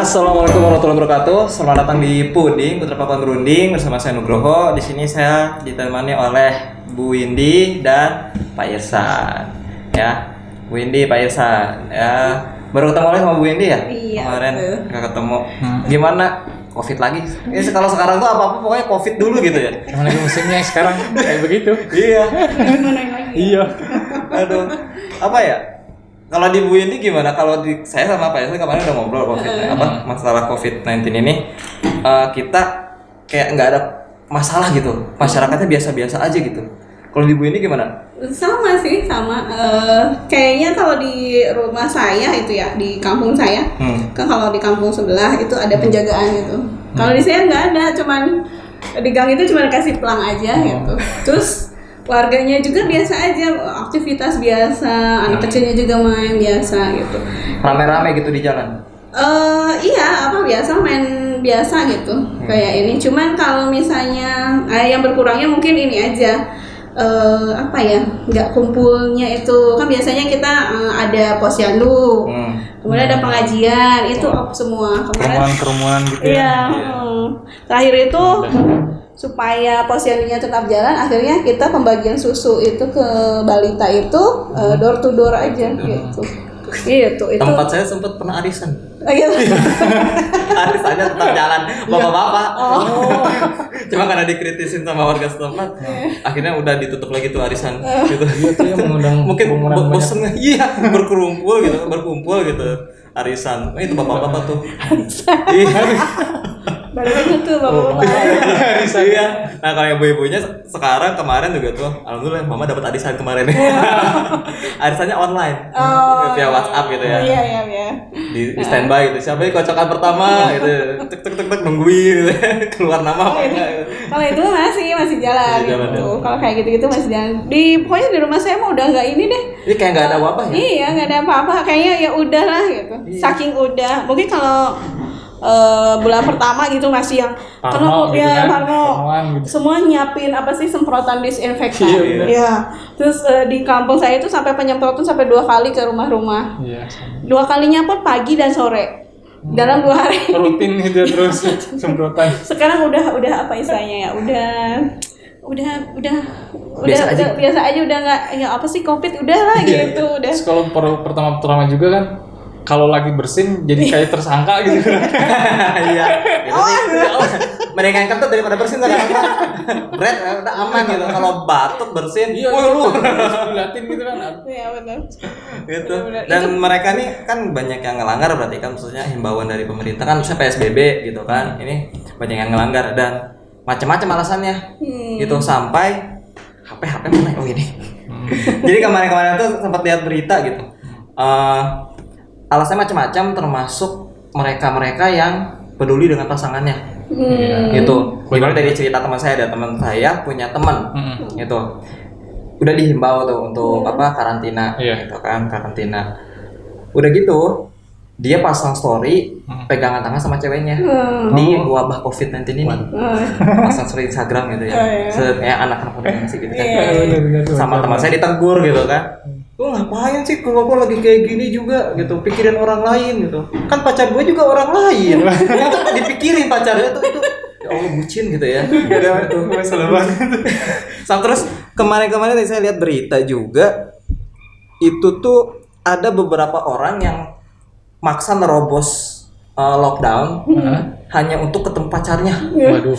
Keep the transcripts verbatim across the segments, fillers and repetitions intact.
Assalamualaikum warahmatullahi wabarakatuh. Selamat datang di Puding Putra Papan Berunding bersama saya Nugroho. Di sini saya ditemani oleh Bu Windy dan Pak Irsan. Ya, Bu Windy, Pak Irsan. Ya, baru ketemu lagi sama Bu Windy ya? Iya. Kemarin nggak ketemu. Gimana? Covid lagi? Ya, kalau sekarang tuh apa-apa pokoknya Covid dulu gitu ya. Emang lagi musimnya sekarang kayak begitu. Iya. Iya. Aduh, apa ya? Kalau di Bu Windy gimana? Kalau di saya sama Pak Irsan kemarin udah ngobrol COVID, uh. apa masalah covid sembilan belas ini, uh, kita kayak nggak ada masalah gitu, masyarakatnya biasa-biasa aja gitu. Kalau di Bu Windy gimana? Sama sih, sama. Uh, kayaknya kalau di rumah saya itu ya, di kampung saya, hmm. kan kalau di kampung sebelah itu ada penjagaan gitu. Hmm. Kalau di saya nggak ada, cuman di gang itu cuma kasih pelang aja hmm. gitu. Terus warganya juga biasa aja, aktivitas biasa, anak hmm. kecilnya juga main biasa gitu. Rame-rame gitu di jalan? Uh, iya, apa biasa main biasa gitu, hmm. kayak ini. Cuman kalau misalnya eh, yang berkurangnya mungkin ini aja, uh, apa ya, nggak kumpulnya itu kan biasanya kita uh, ada posyandu, hmm. kemudian ada pengajian, itu off semua. Kerumunan-kerumunan gitu ya. Iya. Hmm. Terakhir itu supaya posyandunya tetap jalan, akhirnya kita pembagian susu itu ke balita itu uh, door to door aja gitu. Gitu, itu. Tempat saya sempat pernah arisan. Oh, gitu. Arisannya tetap jalan, bapak-bapak. Oh. Cuma karena dikritisin sama warga setempat, akhirnya udah ditutup lagi tuh arisan. Gitu. Iya tuh yang mengundang mungkin bosen, iya berkumpul gitu, berkumpul gitu arisan. Nah, itu bapak-bapak tuh. Iya. Baru itu tuh bapak-bapak. Iya. Nah kalau ibu-ibunya sekarang kemarin juga tuh, alhamdulillah mama dapat arisan kemarin. Arisannya online, oh, via WhatsApp gitu ya. Iya iya iya. Di, di standby gitu. Siapa yang kocokan pertama gitu. Tek tek tek tek nungguin gitu. Keluar nama apa enggak. Kalau itu masih masih jalan gitu. Ya. Kalau kayak gitu-gitu masih jalan. Di pokoknya di rumah saya mah udah enggak ini deh. Ini kayak enggak ada wabah ya? Iya, enggak ada apa-apa. Kayaknya ya udahlah gitu. Iya. Saking udah. Mungkin kalau Uh, bulan pertama gitu masih yang Parno, kena gitu ya kan? Parno gitu. Semua nyiapin apa sih semprotan disinfektan iya. ya. Terus uh, di kampung saya itu sampai penyemprotan sampai dua kali ke rumah-rumah. Iya. Dua kalinya pun pagi dan sore. Hmm. Dalam dua hari. Rutin gitu terus semprotan. Sekarang udah udah apa istilahnya ya? Udah udah udah biasa udah, aja. udah biasa aja udah nggak ya apa sih Covid udah lah gitu udah. Terus kalau per- pertama-pertama juga kan kalau lagi bersin jadi kayak tersangka gitu. Iya. Oh, mereka yang kentut daripada bersin kan. Berat udah aman gitu. Kalau batuk bersin, iya, woi lu liatin gitu kan. Iya benar. Gitu. Dan itu, mereka nih kan banyak yang ngelanggar berarti kan maksudnya himbauan dari pemerintah kan misalnya P S B B gitu kan. Ini banyak yang ngelanggar dan macam-macam alasannya. Hmm. Gitu sampai H P H P mana oh ini. Hmm. Jadi kemarin-kemarin tuh sempat lihat berita gitu. Uh, alasannya macam-macam termasuk mereka-mereka yang peduli dengan pasangannya. Hmm. Gitu. Gimana dari cerita teman saya, ada teman saya punya teman. Hmm. Gitu. Udah dihimbau tuh untuk hmm. apa karantina yeah. gitu kan, karantina. Udah gitu dia pasang story hmm. pegangan tangan sama ceweknya hmm. di wabah covid sembilan belas ini. Hmm. Pasang story Instagram gitu ya. Oh, yeah. Se- kayak anak-anak muda masih gitu kan. Yeah. Sama teman saya ditegur gitu kan. Lu ngapain sih kalau gua lagi kayak gini juga gitu, pikirin orang lain gitu. Kan pacar gue juga orang lain. Itu dipikirin pacarnya tuh itu. Ya Allah bucin gitu ya. Enggak ada itu masalah banget. Sama terus kemarin-kemarin saya lihat berita juga itu tuh ada beberapa orang yang maksa nerobos uh, lockdown hmm. hanya untuk ketemu pacarnya. Waduh.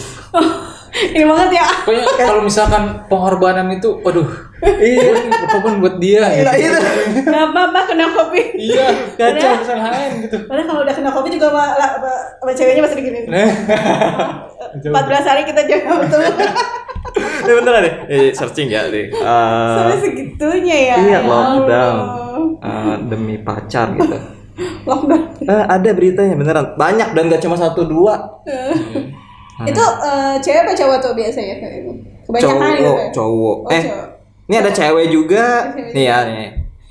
Ini banget ya. Pokoknya kalau misalkan pengorbanan itu, waduh. Iya, apapun buat dia. Iya, gitu. iya. Enggak apa-apa kena Covid. Iya, kacau kesalahan gitu. Padahal kalau udah kena Covid juga sama, sama ceweknya masih digini. empat belas hari kita jaga betul. Ini beneran deh. Eh, searching ya deh. Uh, Sampai segitunya ya. Iya, lockdown. Uh, demi pacar gitu. Lockdown. Uh, ada beritanya beneran. Banyak dan enggak cuma satu dua. Hmm. Itu uh, cewek apa cowok tuh biasanya kayak itu? Kebanyakan cowok, gitu ya? Cowok. Oh, eh, cowok. Ini ada cewek juga. Nih ya, nih.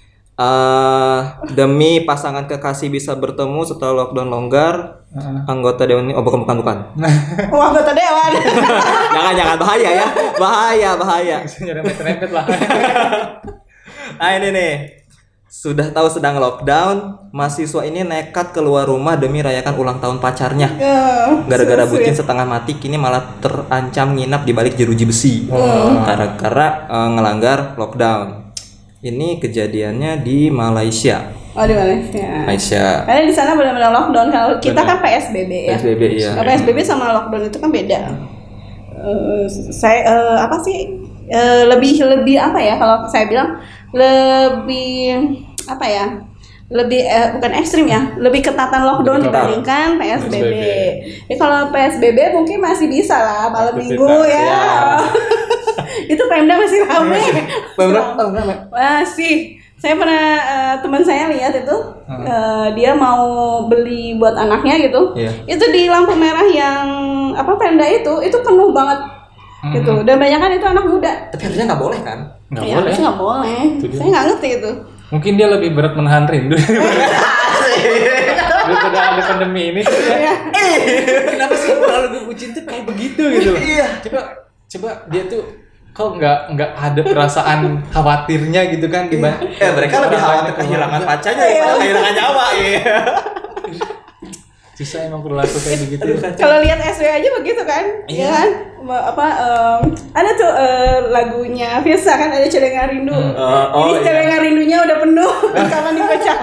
Uh, demi pasangan kekasih bisa bertemu setelah lockdown longgar, uh. anggota dewan ini oh bukan bukan bukan. Oh, anggota dewan. Jangan jangan bahaya ya. Bahaya, bahaya. Nyerempet-nyerempet lah. Nah, ini nih. Sudah tahu sedang lockdown, mahasiswa ini nekat keluar rumah demi rayakan ulang tahun pacarnya. Oh, Gara-gara so bucin sweet. setengah mati, kini malah terancam nginap di balik jeruji besi. Oh. Gara-gara uh, ngelanggar lockdown. Ini kejadiannya di Malaysia. Oh, di Malaysia. Malaysia. Karena di sana benar-benar lockdown. Kalau kita kan P S B B ya. P S B B iya. Nah, P S B B sama lockdown itu kan beda. Uh, saya uh, apa sih? Uh, lebih lebih apa ya? Kalau saya bilang lebih apa ya? Lebih eh, bukan ekstrim ya, lebih ketatan lockdown Lebih ketat. dibandingkan P S B B. P S B B. Jadi kalau P S B B mungkin masih bisa lah malam minggu Aktivitas, ya. ya. Itu Pemda masih ramai. Pemda- Pemda- Masih. Saya pernah eh, teman saya lihat itu eh, dia mau beli buat anaknya gitu. Iya. Itu di lampu merah yang apa Pemda itu itu penuh banget gitu. Dan banyak kan itu anak muda. Tapi harusnya nggak boleh kan? Nggak Ya, boleh. harusnya nggak boleh. Itu dia. Saya nggak ngerti itu. Mungkin dia lebih berat menahan rindu daripada ada pandemi ini. Iya. Kenapa sih kalau lebih bucin tuh kayak begitu gitu? Iya. Coba coba dia tuh kok nggak nggak ada perasaan khawatirnya gitu kan di Eh, mereka lebih khawatir kehilangan pacarnya daripada kehilangan nyawa. Iya. Susah emang perilaku kayak begitu. Kalau lihat S W aja begitu kan, Iya. ya kan? Ma- Apa em, ada tuh eh, lagunya Firsa kan ada Celengan Rindu. Hmm. Oh, oh, Ini iya. Celengan Rindunya udah penuh, kapan dipecah?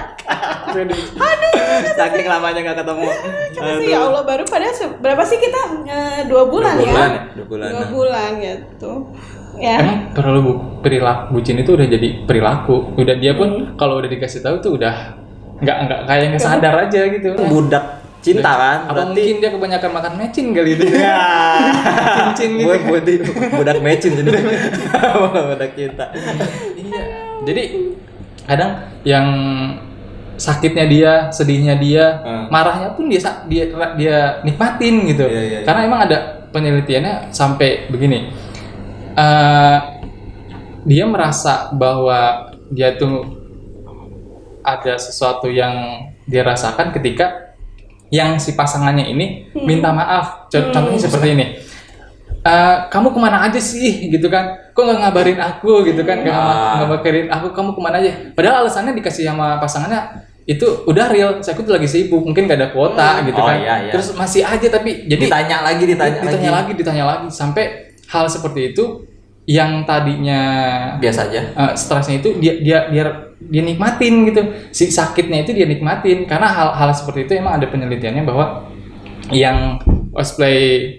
Saking lamanya nggak ketemu. Coba sih ya Allah baru pada se- berapa sih kita Eh, dua bulan Dua ya? bulan ya? Dua bulan. Dua bulan gitu. Ya. Emang terlalu bu- perilaku bucin itu udah jadi perilaku. Udah dia pun kalau udah dikasih tahu tuh udah nggak nggak kayak nggak sadar aja gitu. Budak cinta kan? Apa mungkin dia kebanyakan makan mecin kali itu? Ya. Cincin gitu. Buat buat di- budak mecin jadi. Budak cinta. Iya. Jadi kadang yang sakitnya dia, sedihnya dia, Hmm. marahnya pun dia sa- dia dia nikmatin gitu. Iya, iya, iya. Karena emang ada penelitiannya sampai begini. Eh, dia merasa bahwa dia tuh ada sesuatu yang dia rasakan ketika yang si pasangannya ini minta maaf. Co- Contohnya seperti ini. Eh, kamu kemana aja sih gitu kan? Kok nggak ngabarin aku gitu kan? Nggak Ah. ngabarin aku, kamu kemana aja? Padahal alasannya dikasih sama pasangannya itu udah real. Saya tuh lagi sibuk, mungkin gak ada kuota gitu Oh, kan. iya, iya. Terus masih aja tapi jadi Ditanya lagi, ditanya, ditanya lagi, ditanya lagi sampai hal seperti itu yang tadinya Biasa aja. eh, stresnya itu dia dia dia dia nikmatin gitu, si sakitnya itu dia nikmatin karena hal-hal seperti itu emang ada penelitiannya bahwa yang cosplay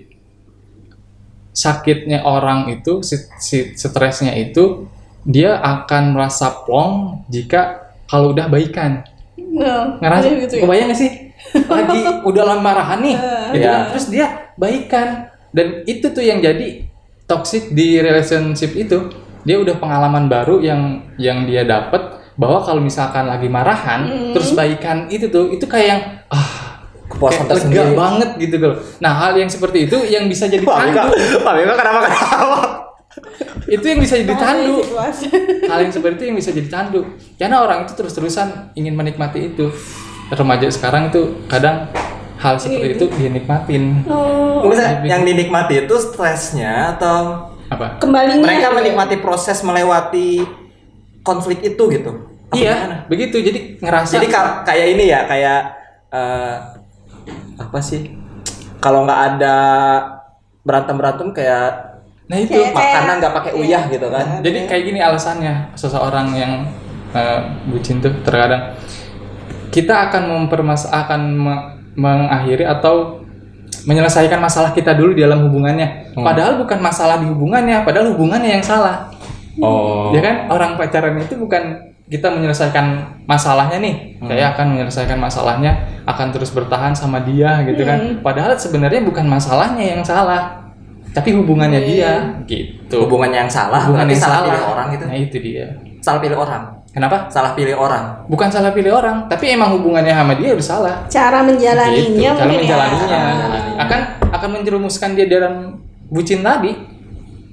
sakitnya orang itu si, si stresnya itu dia akan merasa plong jika kalau udah baikan. Nah, Ngerasa ada gitu ya? kebayang gak sih lagi udah lama marahan nih gitu Iya. kan. Terus dia baikan dan itu tuh yang jadi toxic di relationship itu. Dia udah pengalaman baru yang yang dia dapat bahwa kalau misalkan lagi marahan Hmm. terus baikan itu tuh itu kayak yang ah Kepuasan kayak lega tersendiri. banget gitu loh. Nah, hal yang seperti itu yang bisa jadi Pak Mika, tandu. Pak Mika kenapa ketawa? Itu yang bisa jadi tandu. Situasi. Hal yang seperti itu yang bisa jadi tandu. Karena orang itu terus-terusan ingin menikmati itu. Remaja sekarang itu kadang hal seperti itu dia nikmatin. Oh, Maksudnya yang dinikmati itu stresnya atau Apa? kembalinya mereka gitu. menikmati proses melewati konflik itu gitu? Apa Iya, gimana? begitu. Jadi ngerasa Jadi ka- kayak ini ya, kayak eh, apa sih? Kalau nggak ada berantem berantem kayak nah itu Kayak- makanan nggak pakai uyah gitu kan? jadi kayak gini alasannya seseorang yang eh, bucin tuh terkadang kita akan mempermas akan me- mengakhiri atau menyelesaikan masalah kita dulu di dalam hubungannya. Hmm. Padahal bukan masalah di hubungannya, padahal hubungannya yang salah. Oh. Ya kan orang pacaran itu bukan kita menyelesaikan masalahnya nih, Hmm. saya akan menyelesaikan masalahnya, akan terus bertahan sama dia gitu kan. Padahal sebenarnya bukan masalahnya yang salah, tapi hubungannya dia gitu. Hubungannya yang salah, Hubungan berarti yang salah salah. pilih orang gitu. Nah itu dia. Salah pilih orang. Kenapa? Salah pilih orang. Bukan salah pilih orang, tapi emang hubungannya sama dia udah salah. Cara menjalaninya Gitu. Cara mungkin menjalaninya ya. Menjalaninya. akan akan menjerumuskan dia dalam bucin tadi.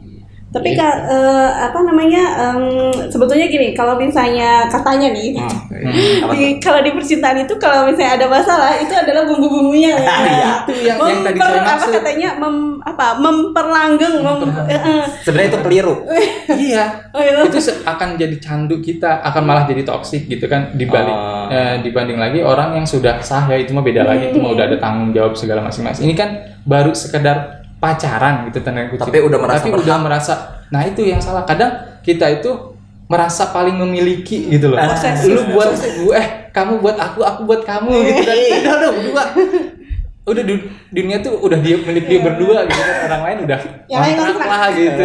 Tapi ka, uh, apa namanya um, sebetulnya gini, kalau misalnya katanya nih, hmm. di, kalau di percintaan itu kalau misalnya ada masalah itu adalah bumbu-bumbunya. Ah, ya. Itu yang, yang tadi saya maksud. Apa katanya mem, apa memperlanggeng. Mem, uh, Sebenarnya itu keliru. Iya. Oh, itu akan jadi candu kita, akan malah jadi toksik gitu kan dibalik oh. eh, dibanding lagi orang yang sudah sah ya itu mah beda hmm. lagi, itu mah udah ada tanggung jawab segala masing-masing. Ini kan baru sekedar pacaran gitu tanda kutip. Tapi udah merasa tapi berhak. udah merasa. Nah itu yang salah. Kadang kita itu merasa paling memiliki gitu loh. Ah, lu buat gue, eh kamu buat aku, aku buat kamu gitu kan. Udah udah berdua. Udah di dunia tuh udah dia milik dia berdua gitu kan. Orang lain udah kontrak lah gitu.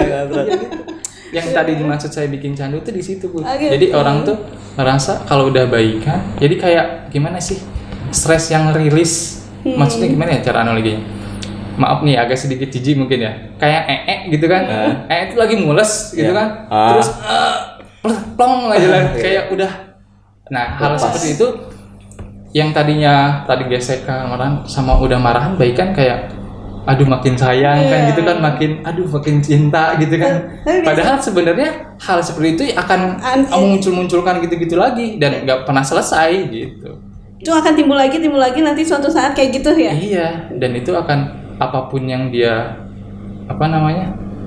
Yang tadi dimaksud saya bikin candu tuh di situ Bu. Jadi orang tuh merasa kalau udah baikan, jadi kayak gimana sih? Stres yang rilis. Maksudnya gimana ya cara analoginya? Maaf nih agak sedikit jijik mungkin ya, kayak ee gitu kan, uh. ee itu lagi mules gitu yeah. kan, uh. terus uh, plong aja lah, kayak udah. Nah hal Lepas. seperti itu yang tadinya tadi gesekan orang sama udah marahan baikan kayak aduh makin sayang yeah. kan gitu kan, makin aduh makin cinta gitu kan. Padahal sebenarnya hal seperti itu akan muncul-munculkan gitu-gitu lagi dan nggak pernah selesai gitu. Itu akan timbul lagi, timbul lagi nanti suatu saat kayak gitu ya. Iya, dan itu akan apapun yang dia apa namanya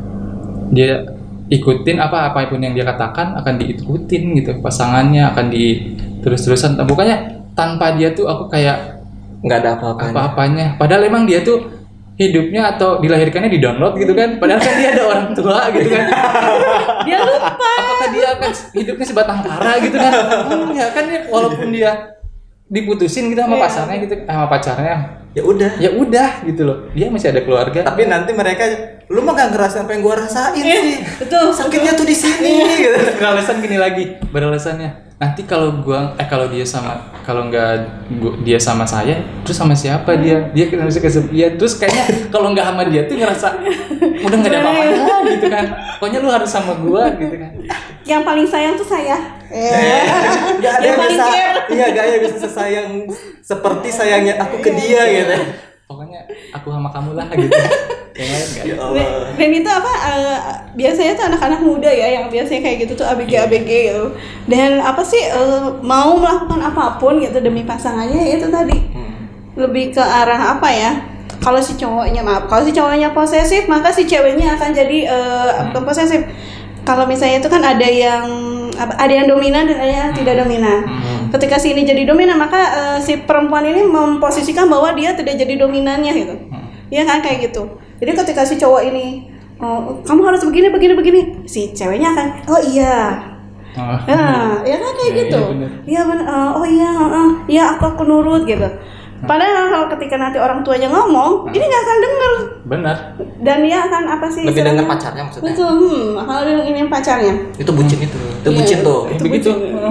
dia ikutin, apa apapun yang dia katakan akan diikutin gitu, pasangannya akan di terus-terusan, bukannya tanpa dia tuh aku kayak nggak ada apa-apanya. apa-apanya padahal emang dia tuh hidupnya atau dilahirkannya di download gitu kan, padahal kan dia ada orang tua gitu kan. Dia lupa apakah dia akan hidupnya sebatang kara gitu kan. Ya kan ya, walaupun dia diputusin gitu sama pasangannya gitu, sama pacarnya, ya udah ya udah gitu loh, dia masih ada keluarga. Tapi nanti mereka, lu mah gak ngerasain apa yang gua rasain eh, sih. Betul. Sakitnya tuh di sini. Gitu. Beralasan gini lagi, beralasannya nanti kalau gua eh kalau dia sama kalau nggak dia sama saya, terus sama siapa dia? Dia kena bisa kesepian. Terus kayaknya kalau nggak sama dia tuh ngerasa udah nggak ada apa-apa gitu kan. Pokoknya lu harus sama gua gitu kan. Yang paling sayang tuh saya. Eh, gak ada yang bisa, iya gak ada yang bisa sayang seperti sayangnya aku ke dia gitu. Pokoknya aku sama kamu lah gitu. Yang lain gak ada. Dan, dan itu apa? Uh, biasanya tuh anak-anak muda ya yang biasanya kayak gitu tuh A B G A B G gitu. Dan apa sih uh, mau melakukan apapun gitu demi pasangannya ya itu tadi. Hmm. Lebih ke arah apa ya? Kalau si cowoknya maaf, kalau si cowoknya posesif maka si ceweknya akan jadi uh, hmm. posesif. Kalau misalnya itu kan ada yang ada yang dominan dan ada yang hmm. tidak dominan. Hmm. Ketika si ini jadi dominan, maka uh, si perempuan ini memposisikan bahwa dia tidak jadi dominannya gitu. Iya hmm. kan kayak gitu. Jadi ketika si cowok ini, oh, kamu harus begini begini begini, si ceweknya akan, oh iya. Oh. Nah, ya kan kayak ya, gitu. Iya benar. Uh, oh iya, uh, iya aku aku nurut gitu. Padahal kalau ketika nanti orang tuanya ngomong, nah. ini nggak akan dengar. Benar. Dan dia akan apa sih? Lebih dengar pacarnya maksudnya. Betul. Hmm, kalau ini pacarnya. Itu bucin itu. Itu iya, bucin tuh. Itu begitu.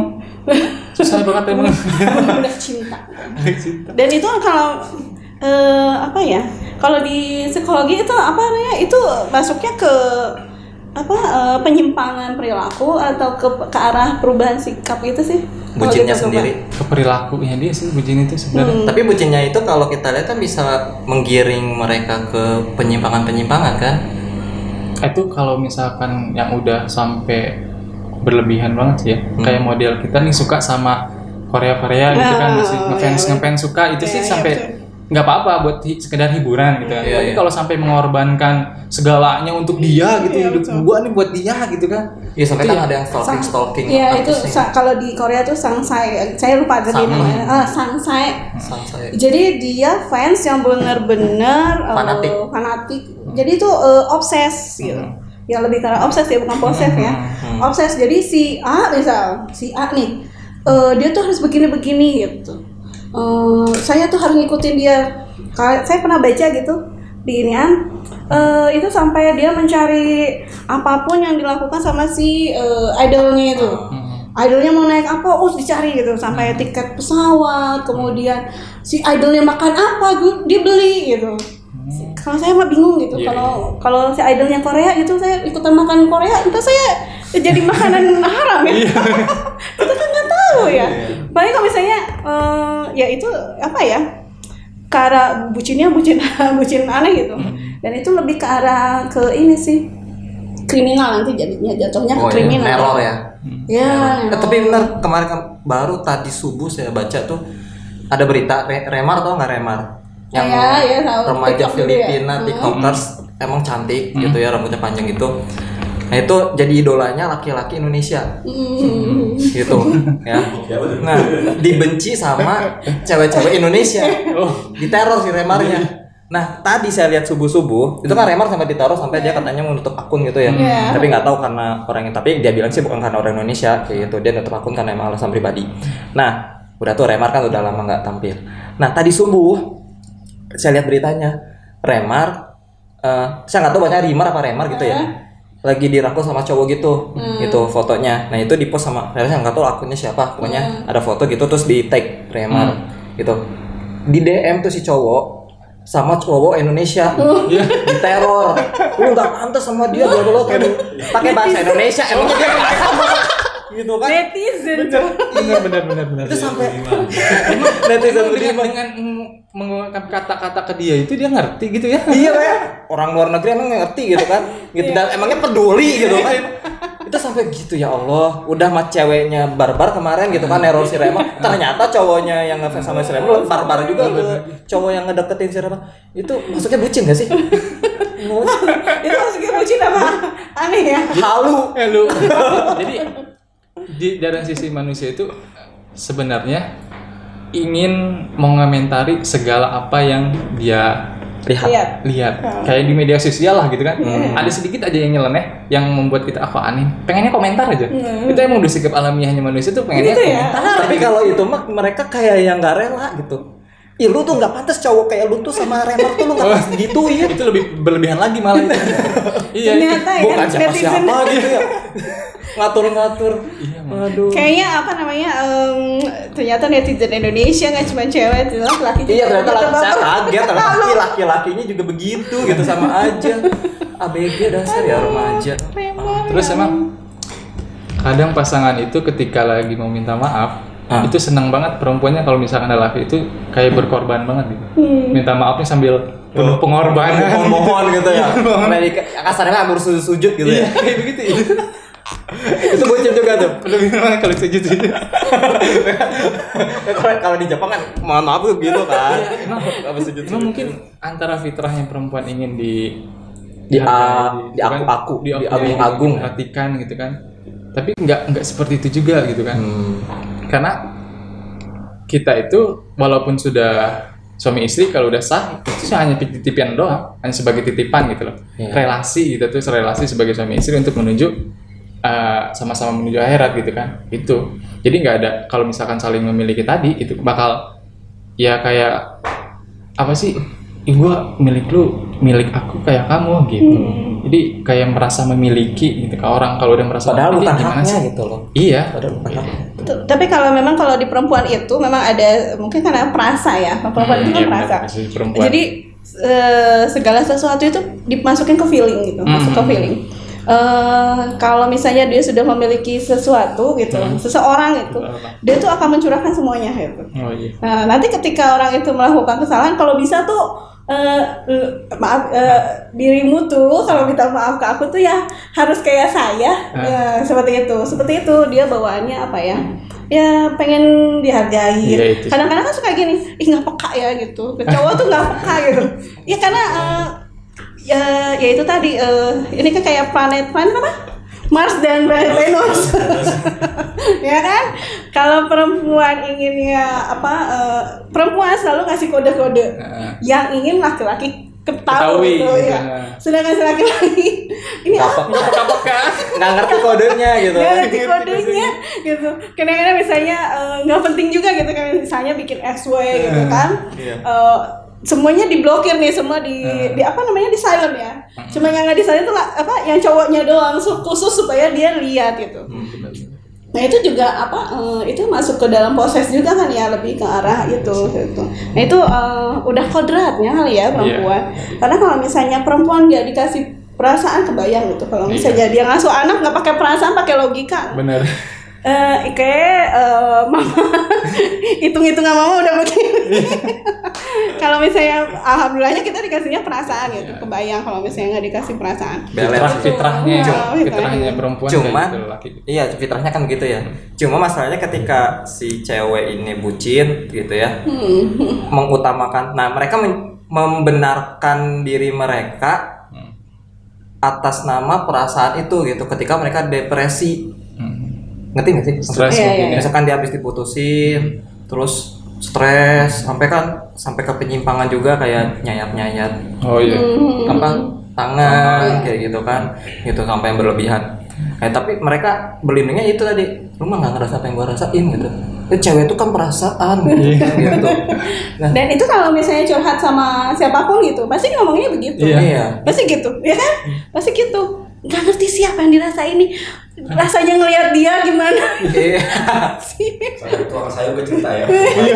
Susah banget emang. Udah cinta. Dan itu kalau uh, apa ya? Kalau di psikologi itu apa namanya? Itu masuknya ke apa uh, penyimpangan perilaku atau ke ke arah perubahan sikap itu sih. Bucinnya sendiri ke perilakunya dia sih bucin itu sebenarnya. Hmm. Tapi bucinnya itu kalau kita lihat kan bisa menggiring mereka ke penyimpangan-penyimpangan kan? Itu kalau misalkan yang udah sampai berlebihan banget sih ya. Hmm. Kayak model kita nih suka sama Korea-Korea gitu kan, masih ngefans iya, ngefans suka itu iya, sih iya, sampai nggak apa-apa buat hi- sekedar hiburan gitu kan. Iya, tapi iya. Kalau sampai mengorbankan segalanya untuk dia gitu, iya, hidup gua nih buat dia gitu kan. Iya sampai kan ya, ada yang stalking stalking. Iya itu sa- kalau di Korea tuh sangsai, saya lupa tadi namanya. Ah sangsai. Sangsai. Jadi dia fans yang benar-benar fanatik. Uh, fanatik. Hmm. Jadi itu uh, obses gitu. Hmm. Ya lebih karena obses ya bukan posesif hmm. ya. Hmm. Obses. Jadi si A misal, si A nih, uh, dia tuh harus begini-begini gitu. Uh, saya tuh harus ngikutin dia. Saya pernah baca gitu di inian uh, itu sampai dia mencari apapun yang dilakukan sama si uh, idolnya itu. Hmm. Idolnya mau naik apa, us dicari gitu sampai tiket pesawat, kemudian si idolnya makan apa, dia beli gitu. Hmm. Kalau saya mah bingung gitu. Kalau yeah. kalau si idolnya Korea gitu, saya ikutan makan Korea, entah saya jadi makanan haram ya. Kita kan nggak tahu ya. Paling kalau misalnya uh, ya itu apa ya, ke arah bucinnya bucin bucin aneh gitu. Dan itu lebih ke arah ke ini sih, ke kriminal nanti jadinya jatuhnya ke Oh, kriminal. iya, neror ya. Ya. Eh, tapi benar kemarin kan baru tadi subuh saya baca tuh ada berita Re- Remar tau nggak Remar? Yang Ya, ya, tahu. remaja TikTok gitu ya. Filipina Hmm. TikTokers emang cantik Hmm. gitu ya, rambutnya panjang gitu. Nah itu jadi idolanya laki-laki Indonesia Hmm. gitu ya. Nah dibenci sama cewek-cewek Indonesia, diteror si Remarnya. Nah tadi saya lihat subuh-subuh itu kan Remar sampai ditaruh sampai dia katanya menutup akun gitu ya. Yeah. Tapi nggak tahu karena orangnya, tapi dia bilang sih bukan karena orang Indonesia kayak gitu, dia nutup akun karena emang alasan pribadi. Nah udah tuh Remar kan udah lama nggak tampil. Nah tadi subuh saya lihat beritanya Remar, uh, saya nggak tahu bacanya Rimar apa Remar gitu ya, lagi dirangkul sama cowok gitu, Hmm. gitu fotonya. Nah itu di post sama, saya nggak tahu akunnya siapa, pokoknya ada foto gitu terus di tag Remar gitu. Di D M tuh si cowok sama cowok Indonesia diteror, lu nggak pantas sama dia, bla bla bla, pakai bahasa Indonesia, emangnya dia gitu kan? Netizen. benar benar benar benar. Itu sampai Netizen netizen dengan, beriman. dengan mm, menggunakan kata-kata ke dia itu dia ngerti gitu ya. Iya kayak orang luar negeri emang nggak ngerti gitu kan, gitu dan emangnya peduli gitu kan. Itu sampai gitu ya Allah, udah mah ceweknya barbar kemarin gitu kan neror si Rema, ternyata cowoknya yang ngefans sama si Rema barbar juga ke cowok yang ngedeketin si Rema. Itu maksudnya bucin gak sih? Itu maksudnya bucin apa? Aneh ya. Halu. Eh lu. Jadi di dari sisi manusia itu sebenarnya ingin mengomentari segala apa yang dia Lihat. Lihat. lihat, Hmm. kayak di media sosial lah gitu kan. Hmm. Ada sedikit aja yang nyeleneh yang membuat kita apa aneh, pengennya komentar aja. Hmm. Itu emang udah sikap alamiahnya manusia tuh pengennya Gitu ya? komentar. Tapi kalau itu mah mereka kayak yang nggak rela gitu. Ih lu tuh nggak pantas cowok kayak lu tuh sama Remar tuh lu nggak pantas gitu ya. Itu lebih berlebihan lagi malah. Iya. Ternyata ya Bukan netizen. siapa-siapa gitu ya. Ngatur-ngatur. Iya, Aduh. Kayaknya apa namanya? em, ternyata netizen Indonesia nggak cuma cewek, ternyata laki juga. Iya ternyata laki, saya Bapak. kaget ternyata laki-lakinya juga begitu gitu sama aja. A B G dasar ya remaja. Terus emang kadang pasangan itu ketika lagi mau minta maaf, Ah. itu senang banget perempuannya kalau misalkan ada laki itu kayak berkorban banget gitu. Minta maafnya sambil penuh pengorbanan. Mohon-mohon gitu ya. Sampai di kasarnya hampir sujud-sujud gitu ya. Kayak begitu. Itu bocil juga tuh. Lebih mana kalau sujud-sujud. Kalau kalau di Jepang kan mohon maaf tuh gitu kan. Emang, Apa sujud-sujud. emang mungkin antara fitrahnya perempuan ingin di Di- dihargai, di gitu kan, aku-aku, di di agung-agung. diperhatikan gitu kan. Tapi nggak nggak seperti itu juga gitu kan. Hmm. Karena kita itu walaupun sudah suami istri kalau udah sah itu hanya titipan doang, hanya sebagai titipan gitu loh. Iya. Relasi kita tuh relasi sebagai suami istri untuk menuju uh, sama-sama menuju akhirat gitu kan. Itu. Jadi nggak ada kalau misalkan saling memiliki tadi itu bakal ya kayak apa sih? Ih, gua milik lu, milik aku kayak kamu gitu. Hmm. Jadi kayak merasa memiliki gitu ke orang kalau udah merasa Padahal memiliki, bukan gimana haknya sih? gitu loh. Iya. Padahal bukan haknya. Tuh, tapi kalau memang kalau di perempuan itu memang ada mungkin karena perasa ya, perempuan itu kan iya, perasa. benar, sisi perempuan. Jadi eh, segala sesuatu itu dimasukin ke feeling gitu, masuk ke Hmm. feeling. Eh, kalau misalnya dia sudah memiliki sesuatu gitu, Hmm. seseorang itu, Apa? dia tuh akan mencurahkan semuanya gitu. Oh iya. Nah, nanti ketika orang itu melakukan kesalahan, kalau bisa tuh eh, l- maaf eh, dirimu tuh kalau minta maaf ke aku tuh ya harus kayak saya, ya, seperti itu, seperti itu dia bawaannya apa ya? Ya pengen dihargai. Iya, itu. Kadang-kadang kan suka gini, ih nggak peka ya gitu. Cowok tuh nggak peka gitu. Ya karena eh, ya, ya itu tadi eh, ini kan kayak planet planet apa? Mars dan Venus. Ya kan? Kalau perempuan inginnya apa? eh, perempuan selalu ngasih kode-kode Nah. yang ingin laki-laki ketahui Ketahui, gitu ya. nah. Sedangkan si laki-laki ini apa? Apakah Nggak ngerti kodenya gitu. Nggak ngerti kodenya gitu. Kadang-kadang misalnya eh, nggak penting juga gitu kan, misalnya bikin S W gitu kan. Iya. Eh, semuanya diblokir nih, semua di, di apa namanya di silent ya. Cuma yang nggak di silent itu lah, apa yang cowoknya doang su- khusus supaya dia lihat gitu. Nah itu juga apa eh, itu masuk ke dalam proses juga kan ya, lebih ke arah itu gitu. Nah itu eh, udah kodratnya kali ya perempuan. Karena kalau misalnya perempuan nggak dikasih perasaan, kebayang gitu kalau misalnya dia ngasuh anak nggak pakai perasaan, pakai logika, benar? Uh, kayak uh, mama hitung-hitung sama mama udah begini. Kalau misalnya alhamdulillahnya kita dikasihnya perasaan gitu, kebayang kalau misalnya nggak dikasih perasaan. Fitrah, fitrahnya, oh, fitrahnya perempuan. Cuma, gitu, laki. Iya fitrahnya kan gitu ya. Cuma masalahnya ketika si cewek ini bucin gitu ya, hmm. mengutamakan. Nah mereka men- membenarkan diri mereka hmm. atas nama perasaan itu gitu. Ketika mereka depresi. Ngerti nggak sih? Stres iya, mungkin iya. ya. Misalkan dia habis diputusin, terus stres, sampai kan sampai ke penyimpangan juga kayak nyayat-nyayat. Oh iya. Hmm. Apa tangan oh, kayak gitu kan, gitu sampai yang berlebihan. Eh tapi mereka berlindungnya itu tadi, lu mah nggak ngerasa apa yang gua rasain gitu. Itu cewek itu kan perasaan gitu. Nah. Dan itu kalau misalnya curhat sama siapapun gitu, pasti ngomongnya begitu. Iya. Pasti gitu, ya kan? Pasti gitu. Nggak ngerti siapa yang dirasain ini. Rasanya ngelihat dia gimana? Iya. Saya tuang saya gue cerita ya.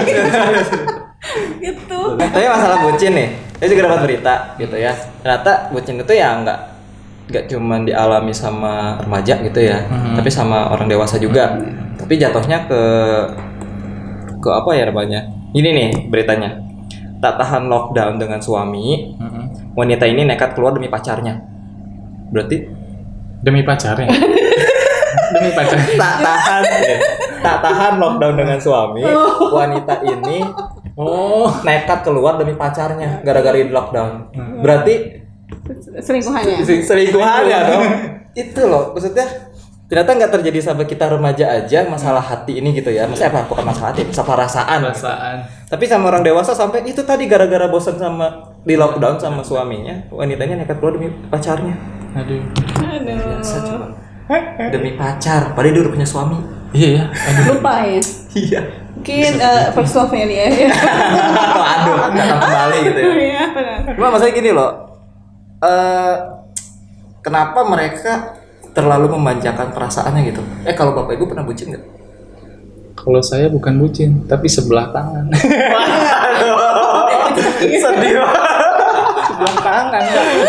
Gitu. Tapi masalah bucin nih, saya juga dapat berita gitu ya. Ternyata bucin itu ya nggak nggak cuma dialami sama remaja gitu ya, hmm. tapi sama orang dewasa juga. Hmm. Tapi jatuhnya ke ke apa ya namanya? Ini nih beritanya. Tak tahan lockdown dengan suami, hmm. wanita ini nekat keluar demi pacarnya. Berarti demi pacarnya. Demi pacar. Tak tahan, ya. tak tahan lockdown dengan suami, wanita ini oh nekat keluar demi pacarnya gara-gara di lockdown. Hmm. Berarti selingkuhannya. Selingkuhannya dong. Itu loh, maksudnya ternyata nggak terjadi sampai kita remaja aja masalah hati ini gitu ya. Maksudnya apa? Bukan masalah hati, masalah perasaan. Perasaan. Gitu. Tapi sama orang dewasa sampai itu tadi gara-gara bosan sama di lockdown sama suaminya, wanitanya nekat keluar demi pacarnya. Aduh. Aduh. Biasa cuma demi pacar, padahal dia udah punya suami. Iya ya. Aduh. Lupa ya. Iya. Mungkin uh, first love-nya dia ya. Aduh, datang kembali gitu ya. Iya, benar. Cuma masalahnya gini loh. Uh, kenapa mereka terlalu memanjakan perasaannya gitu? Eh kalau bapak ibu pernah bucin nggak? Kalau saya bukan bucin, tapi sebelah tangan. Sedih banget. Sebelah tangan.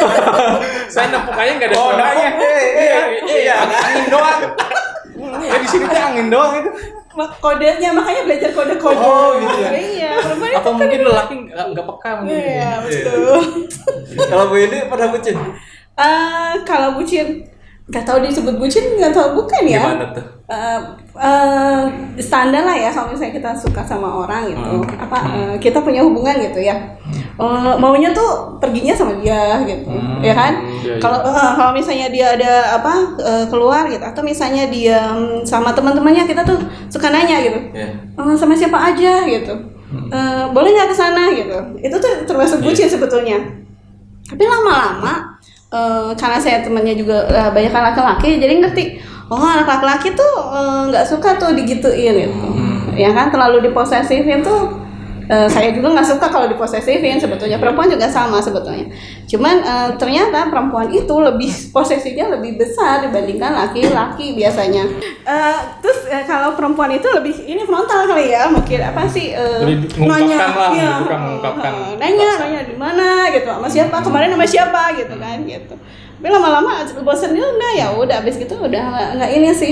Saya nepuk aja nggak ada Oh, suaranya. Iya, iya, Angin doang. Ya di sini tuh angin doang itu. Kodenya makanya belajar kode-kode. Oh gitu ya. Iya, perempuan Apa mungkin lelaki nggak nggak peka mungkin. Iya, betul. Kalau Bu ini pernah bucin? Uh, kalau bucin nggak tahu disebut bucin nggak tahu bukan ya. Gimana tuh? Uh, uh, standar lah ya kalau misalnya kita suka sama orang gitu, hmm. apa uh, kita punya hubungan gitu ya, uh, maunya tuh perginya sama dia gitu, hmm. ya kan? Kalau ya, ya. uh, kalau misalnya dia ada apa uh, keluar gitu, atau misalnya dia um, sama teman-temannya kita tuh suka nanya gitu, yeah. uh, sama siapa aja gitu, uh, boleh nggak kesana gitu, itu tuh termasuk bucin yeah. sebetulnya. Tapi lama-lama uh, karena saya temannya juga uh, banyak laki-laki, jadi ngerti. Oh anak laki-laki tuh nggak uh, suka tuh digituin gitu, hmm. ya kan terlalu diposesifin tuh. Uh, saya juga nggak suka kalau diposesifin sebetulnya. Perempuan juga sama sebetulnya. Cuman uh, ternyata perempuan itu lebih posesifnya lebih besar dibandingkan laki-laki biasanya. Uh, terus uh, kalau perempuan itu lebih ini frontal kali ya, mungkin apa sih? Uh, nanya, lah, ya, bukan mengungkapkan. Uh, nanya, nanya di mana gitu, sama siapa kemarin sama siapa gitu kan gitu. Tapi lama-lama bosan juga ya udah abis gitu udah nggak nggak ini sih.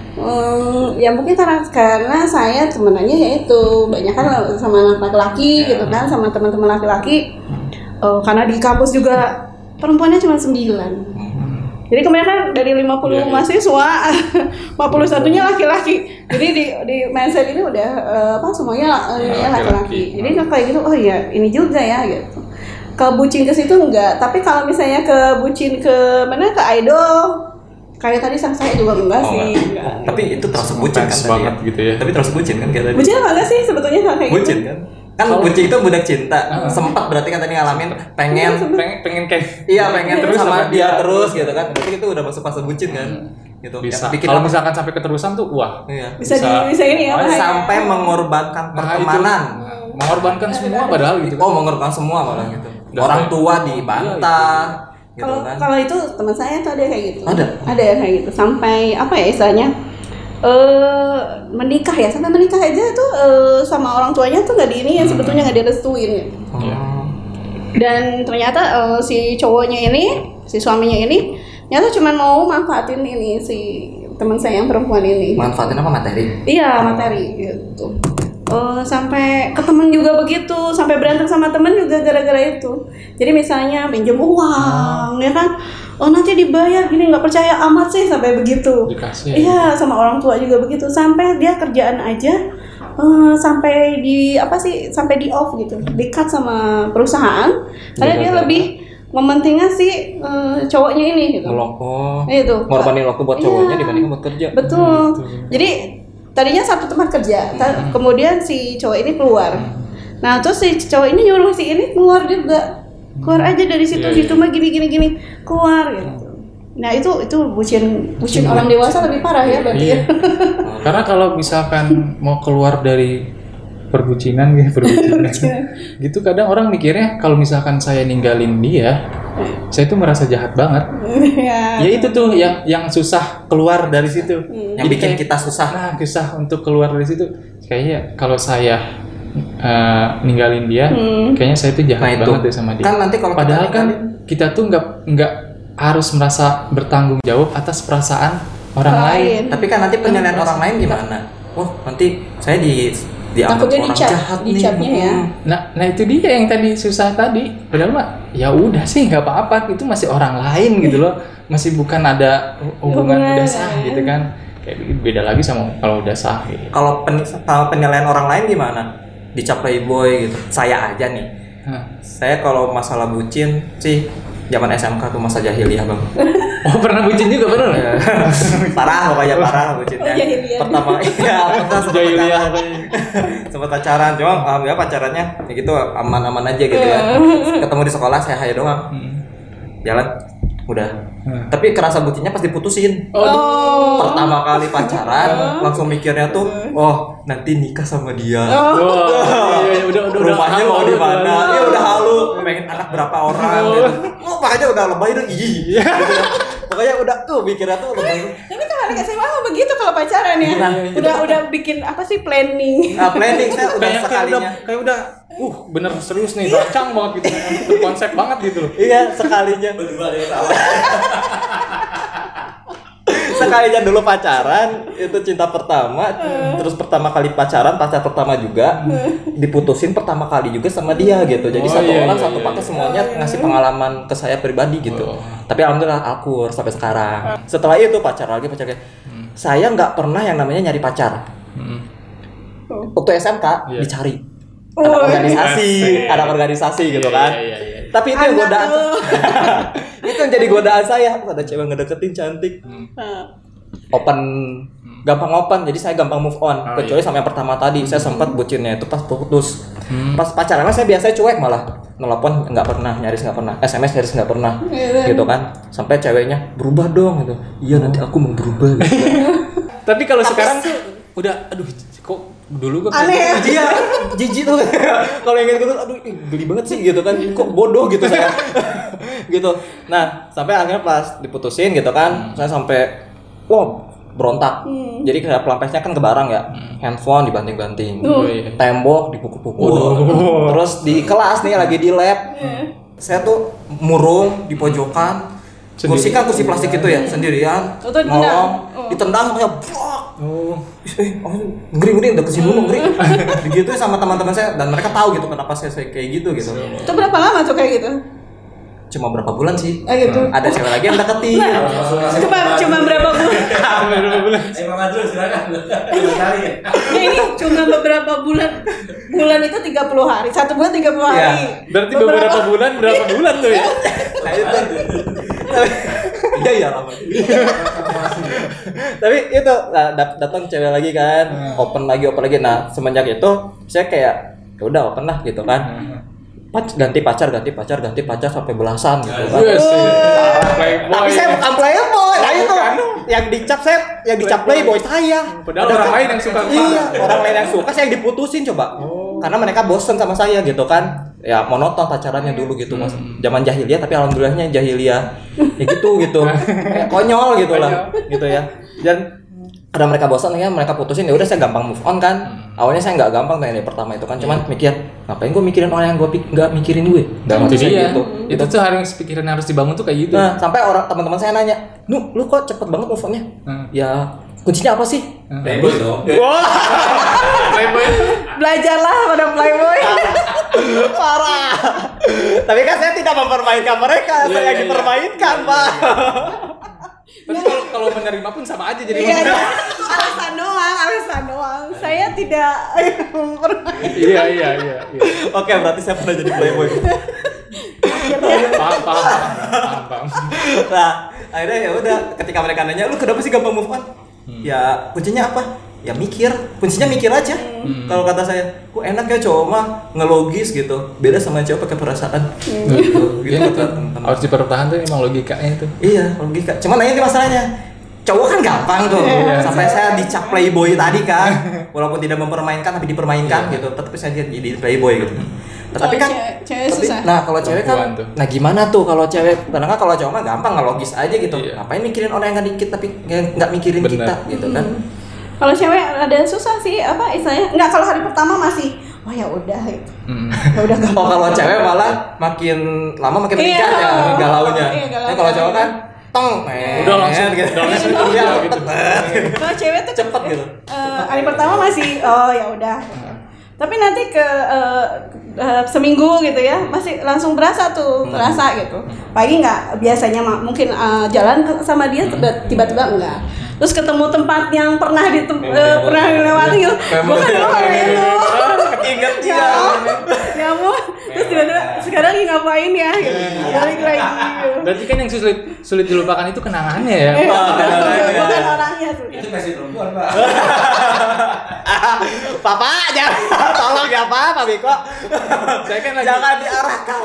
Hmm, ya mungkin karena karena saya temenannya yaitu banyak kan sama anak laki-laki yeah. gitu kan, sama teman-teman laki-laki. Uh, karena di kampus juga perempuannya cuma sembilan. Jadi kebanyakan dari lima puluh yeah, yeah. mahasiswa empat puluh satunya laki-laki. Jadi di di mindset ini udah uh, apa semuanya uh, yeah, laki-laki. Jadi kayak gitu, oh iya ini juga ya gitu. Ke bucin ke situ enggak, tapi kalau misalnya ke bucin ke mana ke idol kayak tadi sang saya juga enggak oh, sih enggak. Tapi itu terus bucin kan tadi ya? Gitu ya. Tapi terus bucin kan kayak tadi. Bucin apa enggak sih sebetulnya kayak bucin gitu? Kan? Kan oh. bucin itu budak cinta. Uh. Sempat berarti kan tadi ngalamin pengen pengen pengen kayak iya pengen terus sama dia terus gitu kan. Berarti itu udah masuk fase bucin kan. Gitu. Bisa. Kalau misalkan sampai keterusan tuh wah. Iya. Bisa bisa, di, bisa ini ya. Sampai mengorbankan pertemanan. Nah, mengorbankan semua padahal gitu. Oh, mengorbankan semua malah gitu. Orang tua dibantah gitu kalau, kan. Kalau itu teman saya tuh ada kayak gitu. Ada. Ada kayak gitu. Sampai apa ya istilahnya? Eh menikah ya, sampai menikah aja tuh uh, sama orang tuanya tuh enggak diini yang hmm. sebetulnya enggak direstuin gitu. Oh. Dan ternyata uh, si cowoknya ini, si suaminya ini ternyata cuma mau manfaatin ini si teman saya yang perempuan ini. Manfaatin apa materi? Iya materi gitu. Uh, sampai ke temen juga begitu, sampai berantem sama temen juga gara-gara itu. Jadi misalnya pinjam uang, hmm. ya kan? Oh nanti dibayar, gini nggak percaya amat sih sampai begitu. Dikasih. Iya sama orang tua juga begitu. Sampai dia kerjaan aja, uh, sampai di apa sih? Sampai di off gitu, di cut sama perusahaan. Karena dia lebih mementingkan si uh, cowoknya ini gitu. Melongkok. Itu. Ngorbanin waktu buat cowoknya iya. dibandingkan buat kerja. Betul. Hmm, Jadi tadinya satu tempat kerja, hmm. kemudian si cowok ini keluar. Nah terus si cowok ini nyuruh si ini keluar juga, keluar aja dari situ-situ yeah, yeah. mah gini-gini gini keluar gitu. Nah itu itu bucin bucin hmm. orang dewasa lebih parah ya berarti. Iya. Ya. Karena kalau misalkan mau keluar dari perbucinan gitu, perbucinan gitu kadang orang mikirnya kalau misalkan saya ninggalin dia, saya tuh merasa jahat banget. Ya, ya itu tuh yang yang susah keluar dari situ. Hmm. Yang bikin kayak, kita susah. Nah, susah untuk keluar dari situ. Kayaknya kalau saya uh, ninggalin dia, hmm. kayaknya saya tuh jahat nah, banget deh sama dia. Kan nanti kalau padahal kita kan kita tuh nggak nggak harus merasa bertanggung jawab atas perasaan orang lain. lain. Tapi kan nanti penilaian hmm. orang lain gimana? Oh, nanti saya di dianggap orang dicap, jahat nih. Ya. Nah, nah itu dia yang tadi susah tadi. Padahal mah ya udah sih nggak apa-apa, itu masih orang lain gitu loh, masih bukan ada hubungan udah sah gitu kan. Kayak beda lagi sama kalau udah sah. Gitu. Kalau pen, penilaian orang lain gimana? Dicap playboy gitu. Saya aja nih. Huh. Saya kalau masalah bucin sih zaman S M K tuh masa jahiliyah bang. Oh pernah bucin juga bener? Parah pokoknya parah bucinnya. Oh, pertama iya pertama sempat pacaran. sempat pacaran cuma alhamdulillah pacarannya ya gitu aman-aman aja gitu ya. Ketemu di sekolah saya hai doang. Jalan udah. Hmm. Tapi kerasa bucinnya pas diputusin. Oh. Pertama kali pacaran langsung mikirnya tuh, oh nanti nikah sama dia. Oh. Oh. Iya, iya, udah, udah, rumahnya udah, mau di mana? Ya udah halu, pengen anak berapa orang gitu. Oh makanya udah lebay dong. Iya. Gitu. Pokoknya udah tuh mikirnya tuh lebay. Tapi kalau anak S M A begitu kalau pacaran ya. Nah, udah udah bikin apa sih planning. Nah, planning saya udah kayak, sekalinya. Kayak udah, kayak udah uh bener serius nih, rancang banget gitu. Berkonsep banget gitu loh. Iya, sekalinya. Sekalinya dulu pacaran itu cinta pertama, uh. terus pertama kali pacaran pacar pertama juga uh. diputusin pertama kali juga sama dia gitu. Jadi oh, satu iya, orang iya, satu paket iya, semuanya iya. ngasih pengalaman ke saya pribadi gitu. Oh. Tapi alhamdulillah akur sampai sekarang. Setelah itu pacar lagi pacar lagi. Hmm. Saya nggak pernah yang namanya nyari pacar. Hmm. Waktu S M K yeah. dicari. Ada oh, organisasi, iya. ada organisasi gitu kan. Iya, iya, iya. Tapi itu yang godaan. Itu yang jadi godaan saya. Ada cewek ngedeketin cantik. Hmm. Open, gampang open. Jadi saya gampang move on. Oh, kecuali iya. sama yang pertama tadi, saya sempat bucinnya itu pas putus. Hmm. Pas pacaran saya biasanya cuek malah. Nelpon nggak pernah, nyaris nggak pernah. S M S nyaris nggak pernah. Gitu kan. Sampai ceweknya berubah dong gitu. Iya nanti aku mau berubah gitu. Tapi kalau sekarang tuh udah aduh kok dulu gue aneh ya, jijik tuh kalau ingin gitu, aduh geli banget sih gitu kan, kok bodoh gitu saya, gitu. Nah sampai akhirnya pas diputusin gitu kan, hmm. saya sampai, wow berontak. Hmm. Jadi kayak pelampesnya kan ke barang ya, hmm. handphone dibanting-banting, uh. tembok dipukul-pukul, uh. terus di kelas nih lagi di lab, uh. saya tuh murung di pojokan. Sendiri. Kursi kan kursi plastik itu ya, sendirian, ngomong, oh. ditendang kayak blok. Oh, eh, oh, ngeri ngeri udah kesini dulu ngeri. Begitu sama teman-teman saya dan mereka tahu gitu kenapa saya kayak gitu gitu. Itu berapa lama tuh kayak gitu? Cuma berapa bulan sih? Ah, gitu. Ada cewek lagi yang deketin. Nah, cuma cuma berapa bulan? Berapa bulan? Eh Mama dulu silakan. Ya ini cuma beberapa bulan. Bulan itu tiga puluh hari. Satu bulan tiga puluh hari. Ya, berarti beberapa, beberapa bulan berapa bulan tuh ya? Nah, itu. Iya ya lama. Tapi itu nah, datang cewek lagi kan, hmm. open lagi open lagi. Nah semenjak itu saya kayak ya udah open lah gitu kan. Hmm. Pac- ganti pacar ganti pacar ganti pacar sampai belasan gitu kan. Yes, uh, tapi saya bukan playboy. Nah itu yang dicap saya yang dicap playboy saya. Padahal orang lain yang suka. Iya orang lain yang suka saya yang diputusin coba. Oh. Karena mereka bosen sama saya gitu kan. Ya monoton pacarannya dulu gitu mas. Zaman jahiliyah tapi alhamdulillahnya jahiliyah. Ya gitu gitu. Kayak konyol gitu lah. Gitu ya. Dan ada mereka bosan ya, mereka putusin, ya udah saya gampang move on kan. Hmm. Awalnya saya nggak gampang kayak dari pertama itu kan, cuman hmm. mikir ngapain gue mikirin orang yang gue pik- nggak mikirin gue. Nggak mati dia. Gitu. Itu tuh harus pikiran harus dibangun tuh kayak gitu. Nah sampai orang teman-teman saya nanya, Nu, lu kok cepet banget move onnya? Hmm. Ya kuncinya apa sih? Hmm. Playboy dong. Wah. Playboy. Belajarlah pada Playboy. Parah. Tapi kan saya tidak mempermainkan mereka, yeah, saya yang yeah, dipermainkan, yeah. Pak. Tapi kalau kalau menerima pun sama aja jadi. Iya, alasan doang, alasan doang. Saya tidak mempermainkan. Iya, iya, iya, iya. Oke, berarti saya pernah jadi Playboy. Paham, paham, paham, paham. Nah, akhirnya ya udah ketika mereka nanya, lu kenapa sih gampang move on? Hmm. Ya kuncinya apa? Ya mikir, kuncinya mikir aja. Hmm. Kalau kata saya, kok enak ya cowok mah ngelogis gitu. Beda sama cowok pakai perasaan. Hmm. Gitu, gitu ya, kan. Harus dipertahankan tuh emang logikanya itu. Iya, logika. Cuman nanya masalahnya. Cowok kan gampang tuh. Yeah. Sampai saya dicap Playboy tadi kan. Walaupun tidak mempermainkan tapi dipermainkan yeah. gitu. Tapi saya jadi Playboy gitu. Tetapi kan cewek tapi, susah. Nah, kalau cewek kan tuh. Nah gimana tuh kalau cewek? Karena kan kalau cowok mah gampang ngelogis aja gitu. Yeah. Ngapain mikirin orang yang kan dikit tapi enggak mikirin Bener. kita gitu kan. Hmm. Kalau cewek ada susah sih apa istilahnya? Enggak, kalau hari pertama masih oh ya udah gitu. Hmm. Ya udah gampang. Oh kalau cewek malah makin lama makin meningkat iya, ya galaunya. Iya, galau. Nah, kalau cowok kan tong eh, udah langsung gitu. Udah langsung ya, gitu. Kalau cewek tuh cepet gitu. Uh, hari pertama masih oh ya udah. Tapi nanti ke uh, uh, seminggu gitu ya masih langsung berasa tuh hmm. terasa gitu. Pagi nggak biasanya mungkin uh, jalan sama dia tiba-tiba enggak. Terus ketemu tempat yang pernah di tem- uh, pernah dilewati gitu. Bukan doang itu. Ingat dia. Ya ampun. Terus tiba-tiba sekarang lagi ngapain ya gitu. Balik lagi. Berarti kan yang sulit sulit dilupakan itu kenangannya ya. Bukan orangnya tuh. Itu masih perempuan, Pak. Papa jangan tolong ya Pak, Pak Biko. Saya kan lagi jangan diarahkan.